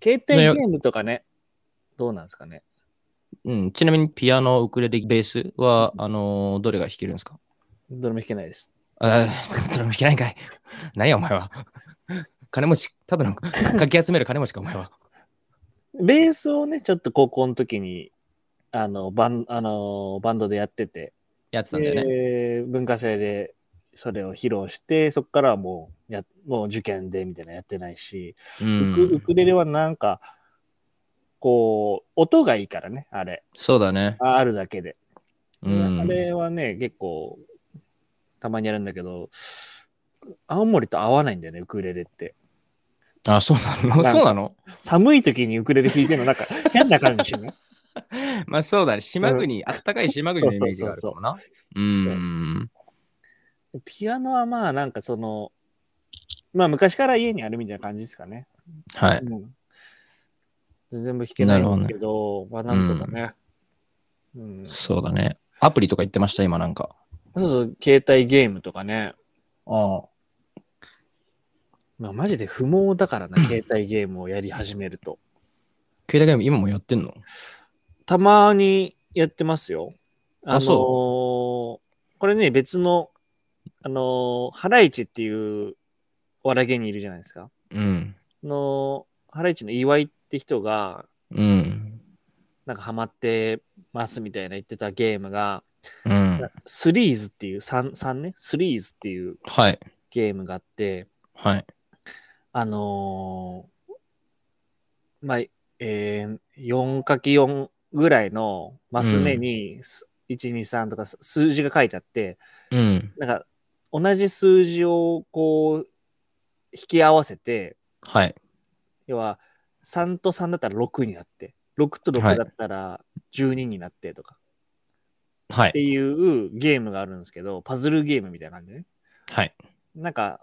携帯ゲームとかね、どうなんですかね。 うん、ちなみにピアノ、ウクレレ、ベースは、あのー、どれが弾けるんですか？ どれも弾けないです。 ああ、どれも弾けないんかい。何や、お前は。金持ち、ただのかき集める金持ちか、お前は。 ベースをね、ちょっと高校の時に、あの、バン、あの、バンドでやってて、 やってたんだよね。 で、文化祭でそれを披露して、そこからはもう、や、もう受験でみたいなやってないし、 うウク、ウん。 クレレはなんか、こう、音がいいからね、あれ。 そうだね。 ああるだけで。 うねあん。 れはね、結構、たまにやるんだけど、青森と合わないんだよね、ウクレレって。 あ、そうなの？ なんか、 そうなの？ 寒い時にウクレレ弾いてるの、なんか変な感じしない？ まあそうだね。島うん国、あったかい島国そうそうのイメージそうそがあるかもな。うう。そうん。 ピアノはまあなんかその、まあ昔から家にあるみたいな感じですかね。 はい。 うん。全部弾けななるほどね。 いんですけど、まあなんとかうん。 ね。うん。 そうだね。アプリとか言ってました、今なんか。 そうそう、携帯ゲームとかね。 ああ。 まあマジで不毛だからな、携帯ゲームをやり始めると。 携帯ゲーム今もやってんの？ たまにやってますよ。ああ、 のーそこれね、別の、あのーハライチっていうお笑い芸人いるじゃないですか。 う。うん。 の、ハライチの岩井って人が、 うん。 なんかハマってますみたいな言ってたゲームが、 うん。 スリーズっていう、さん、さんね、スリーズっていうはい。 ゲームがあって、 はい。 あのーまあ、えー、よんかけよん ぐらいのマス目うん。 に、いち、に、さんとか数字が書いてあって、 うん。 なんか、同じ数字をこう、引き合わせて、 はい。 要は、さんとさんだったらろくになって、ろくとろくはい。 だったらじゅうにになってとか、 はい。 っていうゲームがあるんですけど、パズルゲームみたいな感じでね。 はい。 なんか、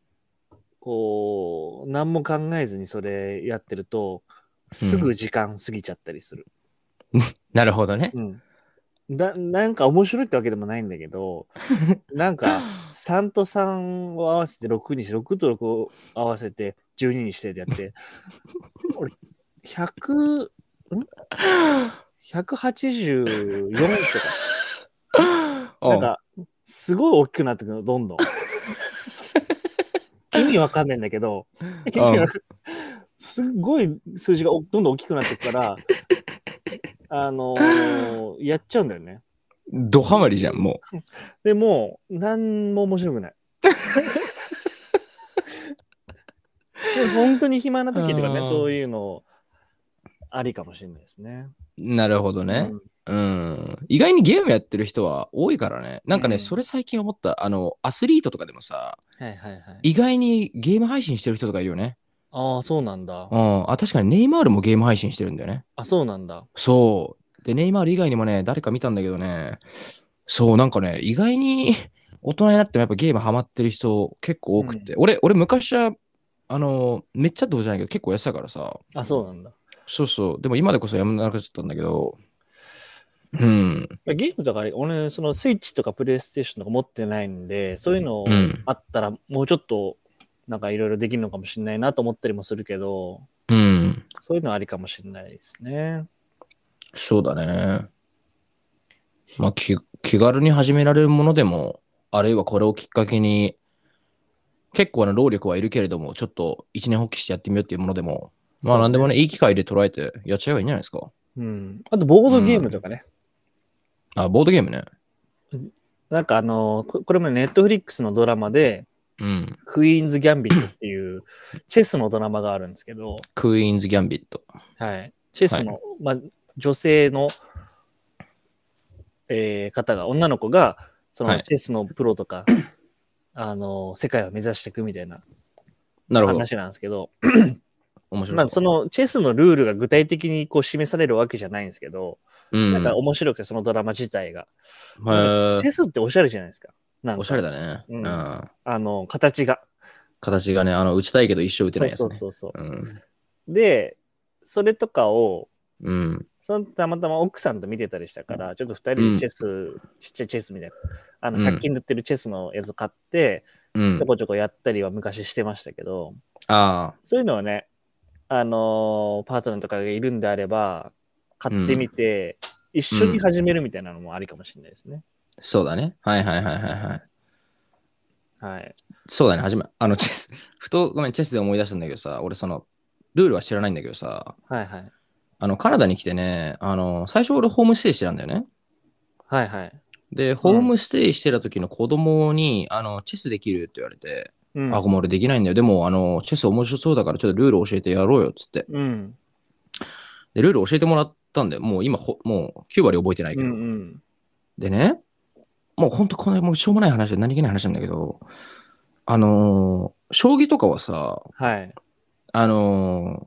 こう、何も考えずにそれやってると、すぐ時間過ぎちゃったりする。 なるほどね。 うん。だ、なんか面白いってわけでもないんだけど、なんかさんとさんを合わせてろくにして、ろくとろくを合わせてじゅうににしてってやって、俺、ひゃく、ん ?ひゃくはちじゅうよん とか、なんおう。 か、すごい大きくなってくるの、どんどん。意味わかんないんだけど、意味わかんすっごい数字がどんどん大きくなってくから、あのーやっちゃうんだよね。 ドハマりじゃん、もう。 でも、なんも面白くない。でも本当に暇な時とかね、そういうのありかもしれないですね。 なるほどね。 うん。 うん。意外にゲームやってる人は多いからね。なんかね、 うん、 それ最近思った。あの、アスリートとかでもさ、 はいはいはい。 意外にゲーム配信してる人とかいるよね。 ああ、そうなんだ。 うん。あ、確かにネイマールもゲーム配信してるんだよね。 あ、そうなんだ。 そう。で、ネイマール以外にもね、誰か見たんだけどね、そう、なんかね、意外に大人になってもやっぱゲームハマってる人結構多くて。 うん。 俺、俺昔は、あの、めっちゃってことじゃないけど、結構やってたからさ。 あ、そうなんだ。 そうそう。でも今でこそやめなくなっちゃったんだけど、うん。 ゲームとか、俺、そのスイッチとかプレイステーションとか持ってないんで、そういうのうん。 あったら、もうちょっと、なんかいろいろできるのかもしれないなと思ったりもするけど、 うん。 そういうのありかもしれないですね。 そうだね。まあ、気、気軽に始められるものでも、あるいはこれをきっかけに、結構な労力はいるけれども、ちょっと一年発起してやってみようっていうものでも、まあそうね。 なんでもね、いい機会で捉えてやっちゃえばいいんじゃないですか。 うん。あと、ボードゲームとうん。 かね。 あ、ボードゲームね。 なんかあの、ここれもネットフリックスのドラマで、 うん。 クイーンズ・ギャンビットっていうチェスのドラマがあるんですけど、 クイーンズ・ギャンビット。 はい。チェスの、 はい。 まあ、女性の、えー方が、女の子が、そはい。 のチェスのプロとか、あの、世界を目指していくみたいななるほど。 話なんですけど、まあ、 面白そそのチェスのルールが具体的にこう示されるわけじゃないんですけど、 う。うなんかん。 面白くて、そのドラマ自体が。 へなんかチえ、 ェスっておしゃれじゃないですか。なんおしゃれか、 だね。 うん。 うん。 あの、形が。 形がね、あの、打ちたいけど一生打てそうそうないやつね。 そうそうん。 う。で、それとかを、 うん。 そのたまたま奥さんと見てたりしたから、ちょっと二人うん。 でチェス、ちっちゃいチェスみたいな、あの、 うん。 ひゃく均で売ってるチェスのやつ買って、 うん。 ちょこちょこやったりは昔してましたけど、 ああ。 そういうのはね、 あのー、パートナーとかがいるんであれば、買ってみて、うん、一緒に始めるみたいなのもありかもしれないですね。うん、 そうだね。はいはいはいはいはい。 はい。 そうだね。始め、あの、チェス、ふと、ごめん、チェスで思い出したんだけどさ、俺その、ルールは知らないんだけどさ、 はいはい。 あの、カナダに来てね、あの、最初俺ホームステイしてたんだよね。 はいはい。 で、ホームステイしてた時の子供に、うん、あの、チェスできるって言われて、うん、あ、ごめん、俺できないんだよ。でも、あの、チェス面白そうだから、ちょっとルール教えてやろうよ、っつって。うん。で、ルール教えてもらったんで、もう今、もうきゅう割覚えてないけど。うんうん、でね、もうほんとこの、もうしょうもない話で何気ない話なんだけど、あのー、将棋とかはさ、はい。あのー、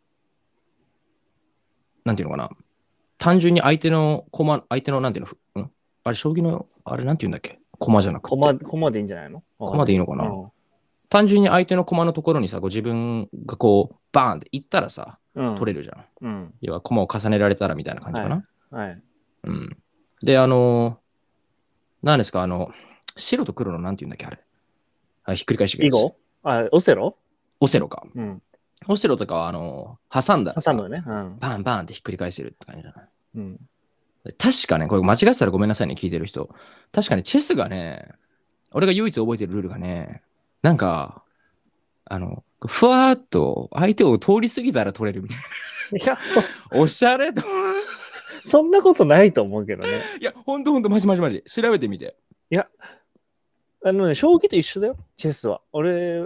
なんていうのかな。単純に相手の駒、相手のなんていうの、んあれ、将棋の、あれなんていうんだっけ、駒じゃなくて。 駒、駒でいいんじゃないの？ 駒でいいのかな、うん、単純に相手の駒のところにさ、ご自分がこう、バーンって行ったらさ、うん、取れるじゃん。うん、要は駒を重ねられたらみたいな感じかな。はい。はい、うん。で、あのー、何ですか、あの、白と黒のなんていうんだっけ、あれ。はい、ひっくり返してくれる。 囲碁？あ、オセロ？ オセロか。うん。オセロとかは、あのー、挟んだらさ、 挟むね。うん、 バンバンってひっくり返せるって感じじゃない。うん。確かね、これ間違ってたらごめんなさいね、聞いてる人。確かにチェスがね、俺が唯一覚えてるルールがね、なんか、あの、ふわーっと相手を通り過ぎたら取れるみたいな。いや、そおしゃれと。 そんなことないと思うけどね。 いや、ほんとほんと、マジマジマジ。調べてみて。 いや、あのね、将棋と一緒だよ、チェスは。俺、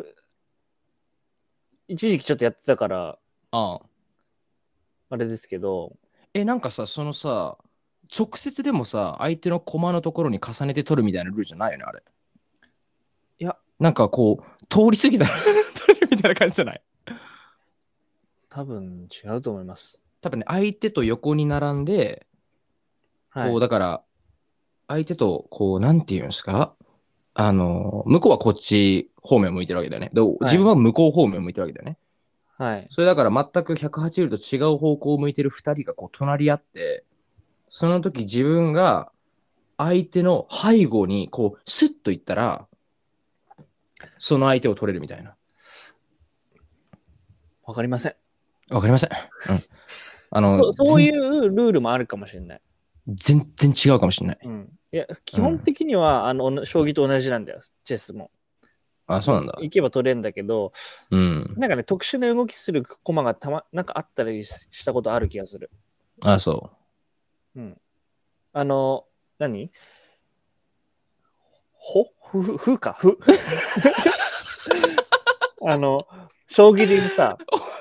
一時期ちょっとやってたから、ああ。あれですけど。 え、なんかさ、そのさ、直接でもさ、相手の駒のところに重ねて取るみたいなルールじゃないよね、あれ。いや。なんかこう、通り過ぎたら取れるみたいな感じじゃない？ 多分違うと思います。 多分ね、相手と横に並んで、こう、はい、だから、相手と、こう、なんていうんですか、あの、向こうはこっち方面を向いてるわけだよね。で、はい、自分は向こう方面を向いてるわけだよね。はい。それだから全くひゃくはちじゅうど違う方向を向いてるふたりがこう隣り合って、その時自分が相手の背後にこうスッといったら、その相手を取れるみたいな。 わかりません。 わかりません。うん。あのそ、そういうルールもあるかもしれない。 全然違うかもしれない。 うん。いや、基本的には、うん、あの、将棋と同じなんだよ、チェスも。 あ、そうなんだ。 行けば取れるんだけど、うん。なんかね、特殊な動きする駒がたま、なんかあったりしたことある気がする。 あ、そう。 うん。あの、何ほふ、ふ、ふか、ふ。あの、将棋でいうさ、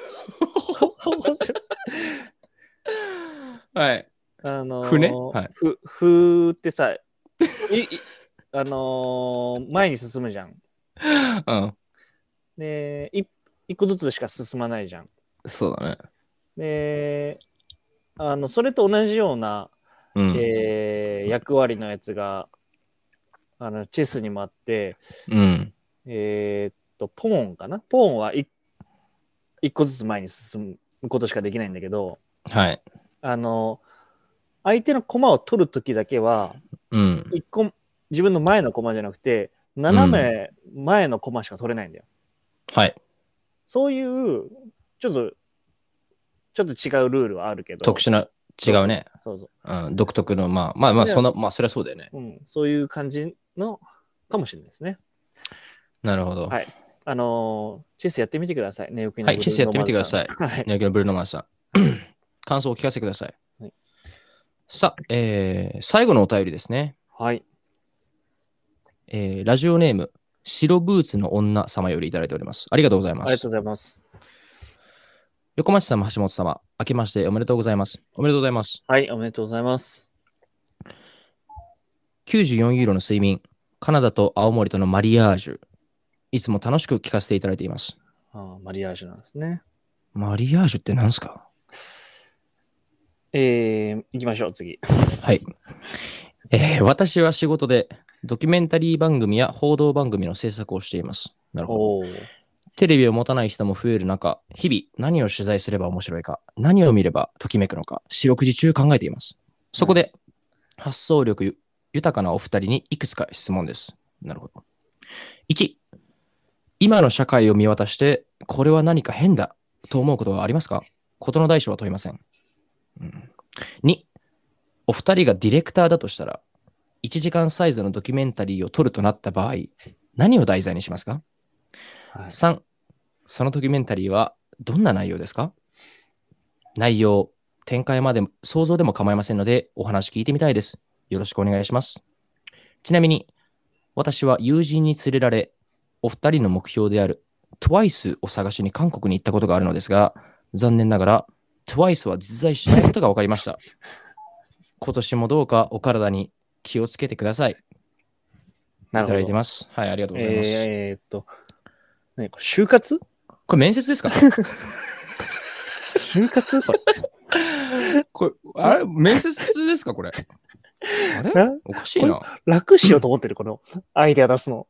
はい。 あのー、 船、はい、 ふ、ふってさ、いいあのー、前に進むじゃん。うん。で、一一個ずつしか進まないじゃん。 そうだね。 で、あの、それと同じような、うん、えー、役割のやつが、あの、チェスにもあって、うん、えー、っと、ポーンかなポーンは一一個ずつ前に進むことしかできないんだけど、はい。あの、相手の駒を取るときだけは、うん、一個、自分の前の駒じゃなくて、斜め前の駒しか取れないんだよ。うん、はい。そういう、ちょっと、ちょっと違うルールはあるけど。 特殊な、違うね。そうそう。うん、独特の、まあ、まあまあ、その、まあ、それはそうだよね。 うん、そういう感じの、かもしれないですね。 なるほど。 はい。あのー、チェスやってみてください。寝起きのブルーノマーズさん。はい、チェスやってみてください。はい、寝起きのブルーノマーズさん。感想を聞かせてください。はい、さあ、えー、最後のお便りですね。はい。えー、ラジオネーム、白ブーツの女様よりいただいております。ありがとうございます。 ありがとうございます。 横町様、橋本様、明けましておめでとうございます。おめでとうございます。 はい、おめでとうございます。 きゅうじゅうよんユーロの睡眠、カナダと青森とのマリアージュ、いつも楽しく聞かせていただいています。 ああ、マリアージュなんですね。 マリアージュって何すか？ えー、行きましょう、次。 はい、えー。私は仕事でドキュメンタリー番組や報道番組の制作をしています。なるほど。テレビを持たない人も増える中、日々何を取材すれば面白いか、何を見ればときめくのか、四六時中考えています。そこで、うん、発想力豊かなお二人にいくつか質問です。なるほど。いち、今の社会を見渡して、これは何か変だと思うことはありますか？事の大小は問いません。うん、に、お二人がディレクターだとしたら、いちじかんサイズのドキュメンタリーを撮るとなった場合、何を題材にしますか？はい、さん、そのドキュメンタリーはどんな内容ですか？内容、展開まで想像でも構いませんので、お話聞いてみたいです。よろしくお願いします。ちなみに、私は友人に連れられ、お二人の目標である トゥワイス を探しに韓国に行ったことがあるのですが、残念ながら トゥワイス は実在しないことが分かりました。今年もどうかお体に気をつけてください。いただいてます。はい、ありがとうございます。 えー、っと、何これ、就活？ これ面接ですか？ 就活これ。 これ、あれ面接ですかこれ。あれおかしいな。 楽しようと思ってる、このアイデア出すの。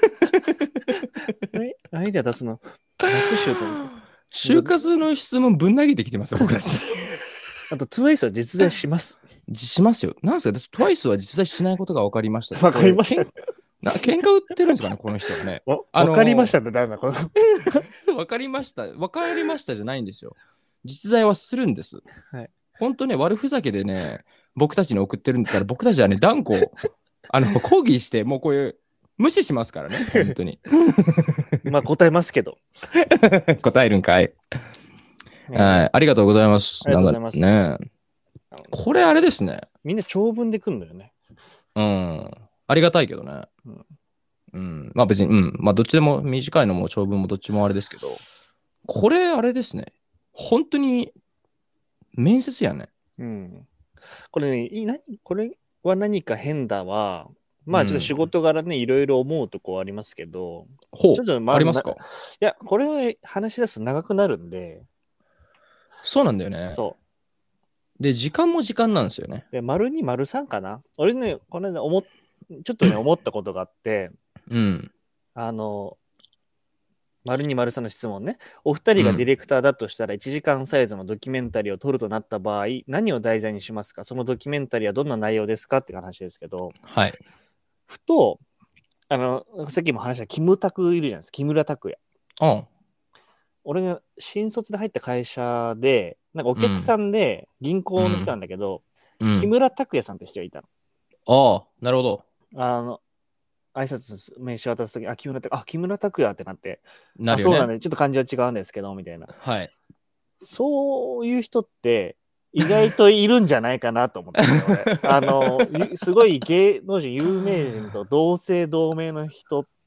アイデア出すの。楽しようと思ってる。 就活の質問ぶん投げてきてますよ、僕たち。 あと、トゥワイス は実在します。 しますよ。なんですか トゥワイス は実在しないことが分かりました。 分かりました。 な喧嘩売ってるんですかね、この人はね。 分かりましたって誰だこの分かりました。分かりましたじゃないんですよ。実在はするんです。はい、本当ね、悪ふざけでね、僕たちに送ってるんだったら、僕たちはね、断固、あの、抗議して、もうこういう、無視しますからね、本当に。 まあ、答えますけど。 答えるんかい。ね、はい、ありがとうございます。 ありがとうございます。 ね、これあれですね。 みんな長文で来るんだよね。 うん。ありがたいけどね。うん。うん、まあ別に、うん。まあどっちでも短いのも長文もどっちもあれですけど、これあれですね。本当に面接やね。 うん。これね、い何これは何か変だわ。まあちょっと仕事柄ね、うん、いろいろ思うとこありますけど。 ほう。ちょっとまあ、ありますか？いや、これは話し出すと長くなるんで。 そうなんだよね。そう。で、時間も時間なんですよね。 で、丸に丸さんかな。俺ね、この間思っ、ちょっとね、思ったことがあって、 うん。 あの、丸に丸さんの質問ね。お二人がディレクターだとしたらいちじかんサイズのドキュメンタリーを撮るとなった場合、何を題材にしますか？そのドキュメンタリーはどんな内容ですかって話ですけど、 はい。 ふと、あの、さっきも話したキムタクいるじゃないですか。木村拓哉。 うん。 俺が新卒で入った会社で、なんかお客さんで銀行の人なんだけど、うん、木村拓哉さんって人がいたの。 ああ、なるほど。 あの、挨拶名刺渡すとき、あ、木村拓哉、あ、木村拓哉ってなって、 なるよね、 あ、そうなんで、ちょっと感じは違うんですけど、みたいな。 はい。 そういう人って、意外といるんじゃないかなと思って俺あの、すごい芸能人、有名人と同姓同名の人って、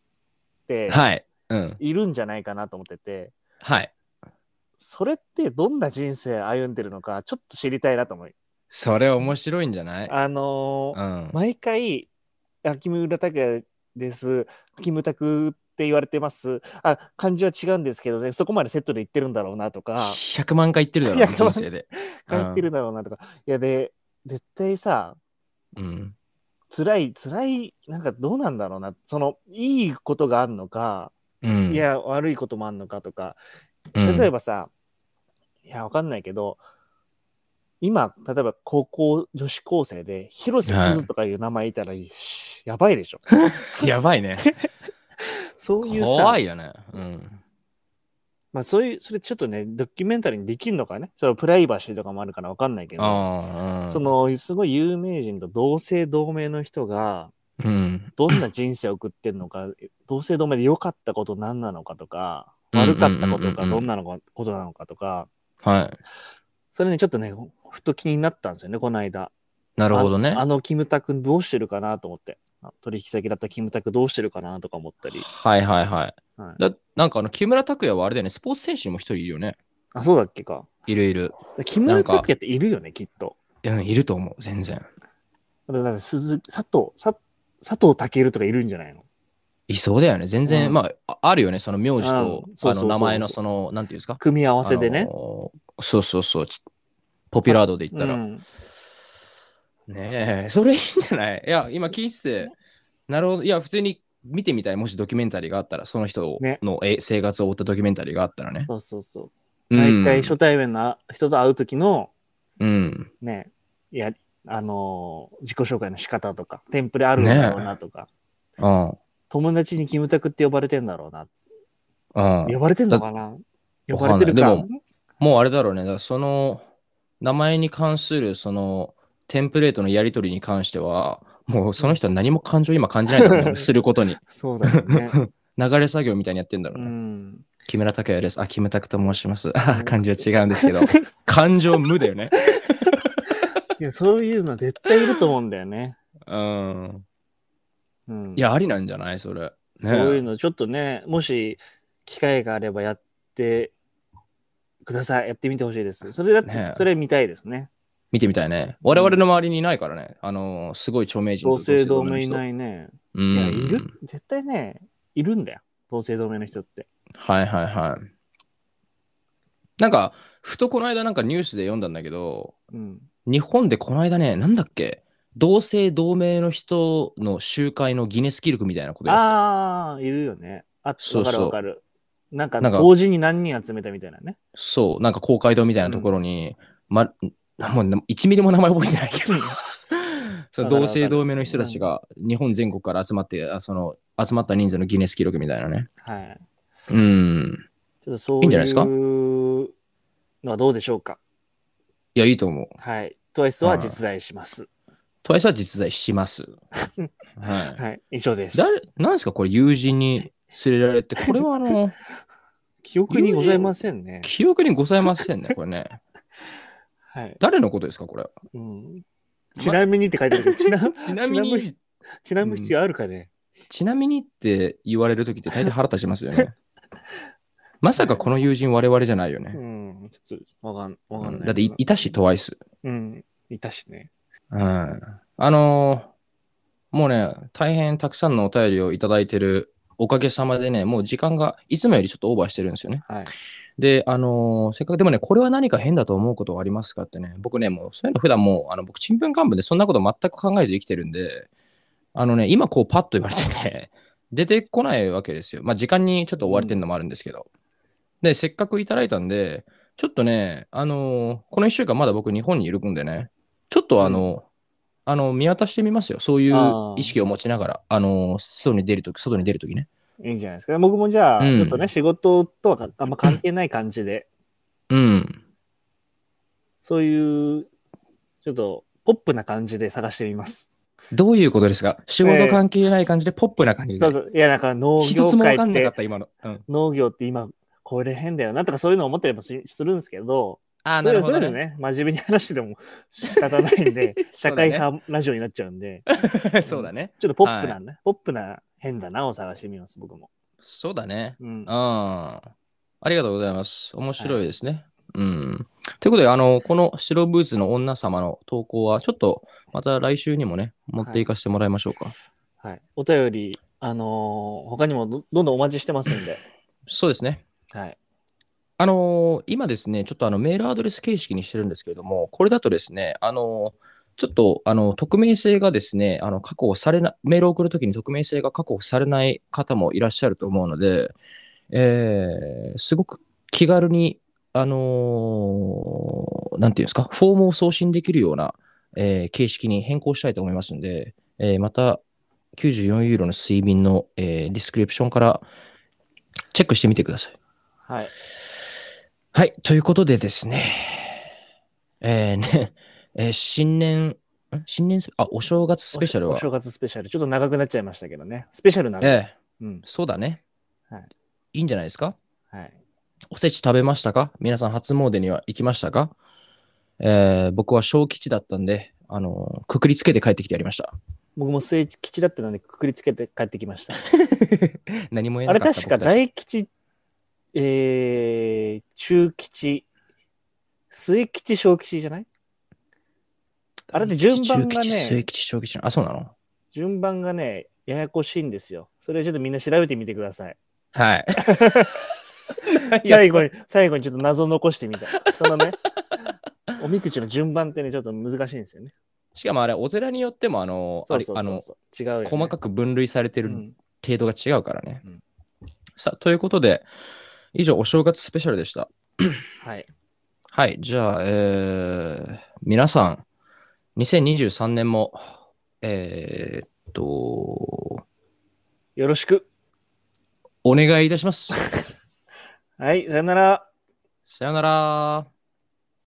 はい。うん。 いるんじゃないかなと思ってて、 はい。 それってどんな人生歩んでるのか、ちょっと知りたいなと思う。 それ面白いんじゃない？ あのーうん、毎回、木村拓哉です、キムタクって言われてます。あ、漢字は違うんですけどね、そこまでセットで言ってるんだろうなとか。 ひゃくまん回言ってるだろうな、人生で。 言ってるだろうなとか。いや、で、絶対さ、 うん、 辛い、辛い、なんかどうなんだろうな。その、いいことがあるのか、 うん、 いや、悪いこともあるのかとか。例えばさ、うん、いや、わかんないけど、今、例えば高校女子高生で、広瀬すずとかいう名前いたら、はい、やばいでしょ。 やばいね。 そういうさ、 怖いよね。うん。 まあそういう、それちょっとね、ドキュメンタリーにできるのかね。それプライバシーとかもあるからわかんないけど、その、すごい有名人と同姓同名の人が、うん、どんな人生を送ってるのか、同姓同名で良かったこと何なのかとか、悪かったことがどんなのか、ことなのかとか、 はい。 それね、ちょっとね、ふと気になったんですよね、この間。 なるほどね。 あ, あのキムタクどうしてるかなと思って。取引先だったキムタクどうしてるかなとか思ったり。 はいはいはい。はい、だなんかあの木村拓哉はあれだよね、スポーツ選手にも一人いるよね。 あ、そうだっけか。 いるいる。 木村拓哉っているよね、きっと。 うん、いると思う、全然。 だから鈴佐藤佐、佐藤健とかいるんじゃないの？ いそうだよね。全然、うん、まあ、あるよね。その名字と、あの、名前のその、なんていうんですか。 組み合わせでね。 あのー、そうそうそう。ポピュラードで言ったら。うん、ねえ、それいいんじゃない？いや、今聞いてて、なるほど。いや、普通に見てみたい。もしドキュメンタリーがあったら、その人の、ね、生活を追ったドキュメンタリーがあったらね。 そうそうそう。毎回初対面の人と会う時の、 うん。 ね、いや、あのー、自己紹介の仕方とか、テンプレあるんだろうなとか。 ね、うん。 友達にキムタクって呼ばれてんだろうな。うん、呼ばれてんのかな？ 呼ばれてるか。 でも、もうあれだろうね。だからその、名前に関する、その、テンプレートのやり取りに関しては、もうその人は何も感情今感じないと思う、することに。 そうだよね。 流れ作業みたいにやってんだろうね。うん、木村拓哉です。あ、キムタクと申します。あ、感じは違うんですけど、感情無だよね。 いや、そういうの絶対いると思うんだよね。 うん。うん、いや、ありなんじゃないそれ。ね、 そういうの、ちょっとね、もし機会があればやってください。やってみてほしいです。それだって、ね、それ見たいですね。 見てみたいね。我々の周りにいないからね。あのー、すごい著名人と同姓同名いないね。 うん。 いや、いる絶対ね、いるんだよ。同姓同名の人って。 はいはいはい。なんか、ふとこの間なんかニュースで読んだんだけど、うん、日本でこの間ね、なんだっけ、同姓同名の人の集会のギネス記録みたいなことです。 ああ、いるよね。あ、わかるわかる。なんか同時に何人集めたみたいなね。 そう、なんか公会堂みたいなところに、うん、ま、もういちミリも名前覚えてないけど、その同姓同名の人たちが日本全国から集まって、その集まった人数のギネス記録みたいなね。はい。うん。 ちょっとそういういいんじゃないですかのはどうでしょうか。 いや、いいと思う。 はい。トワイスは実在します。 トワイスは実在します。 はい。はい。以上です。 誰、なんですかこれ友人に連れられて、これはあの、 記憶にございませんね。 記憶にございませんね、これね。はい。誰のことですか、これ。 うん、ちなみにって書いてあるけど、ちなちなみに、ちなみに必要あるかね、 うん、ちなみにって言われるときって大体腹立ちますよね。まさかこの友人我々じゃないよね。 うん、ちょっとわかん、わかんない、うん。 だってい、いたし、トワイス。 うん、いたしね。 うん。あのー、もうね、大変たくさんのお便りをいただいてるおかげさまでね、もう時間がいつもよりちょっとオーバーしてるんですよね。はい。で、あのー、せっかくでもね、これは何か変だと思うことはありますかってね、僕ね、もうそういうの普段もう、あの僕、ちんぷんかんぷんでそんなこと全く考えず生きてるんで、あのね、今こうパッと言われてね、出てこないわけですよ。まあ時間にちょっと追われてるのもあるんですけど。うん、で、せっかくいただいたんで、ちょっとね、あのー、このいっしゅうかんまだ僕日本にいるんでね、ちょっとあの、うん、あの、見渡してみますよ。そういう意識を持ちながら、あのー、外に出るとき、外に出るときね。 いいんじゃないですか。僕もじゃあ、うん、ちょっとね、仕事とはあんま関係ない感じで。うん。そういう、ちょっと、ポップな感じで探してみます。 どういうことですか？仕事関係ない感じで、ポップな感じで、 えー。そうそう。いや、なんか農業界って。 一つも分かんなかった、今の。 うん、農業って今、これ変だよなとかそういうのを思ってればするんですけど、 あ、なるほどね、 そういうのね、真面目に話しても仕方ないんで、社会派ラジオになっちゃうんで。 そうだね。 ちょっとポップなね、はい、ポップな変だなを探してみます、僕も。 そうだね。うん。あありがとうございます。面白いですね。はい、うん。ということで、あの、この白ブーツの女様の投稿は、ちょっとまた来週にもね、持っていかせてもらいましょうか。はい。 はい、お便り、あのー、他にも ど, どんどんお待ちしてますんで。 そうですね。はい。あのー、今ですね、ちょっとあのメールアドレス形式にしてるんですけれども、これだとですね、あのー、ちょっとあの匿名性がですね、あの確保されな、メールを送るときに匿名性が確保されない方もいらっしゃると思うので、えー、すごく気軽に、あのー、なんていうんですか、フォームを送信できるような、えー、形式に変更したいと思いますので、えー、またきゅうじゅうよんユーロの睡眠の、えー、ディスクリプションからチェックしてみてください。はい。はい。ということでですね。えー、ね、えー、新年、新年、あ、お正月スペシャルはお。 お正月スペシャル。ちょっと長くなっちゃいましたけどね。スペシャルなんで。 えー、うん、そうだね。はい。いいんじゃないですか。はい。おせち食べましたか？皆さん初詣には行きましたか？えー、僕は小吉だったんで、あのー、くくりつけて帰ってきてやりました。 僕も末吉だったので、くくりつけて帰ってきました。 何も言えなかった。 あれ確か大吉、えー、中吉、末吉、小吉じゃない？あれで順番がね、 末吉、小吉、あ、そうなの？ 順番がね、ややこしいんですよ。それをちょっとみんな調べてみてください。 はい。 最後に、最後にちょっと謎を残してみた。そのね、おみくじの順番ってね、ちょっと難しいんですよね。 しかもあれ、お寺によっても、あの、 そうそうそうそう、違うよね。 細かく分類されてる程度が違うからね。うん、さあ、ということで、以上、お正月スペシャルでした。はい。はい、じゃあ、えー、皆さん、にせんにじゅうさんねんも、えー、っと、 よろしく。 お願いいたします。 はい、さよなら。 さよなら。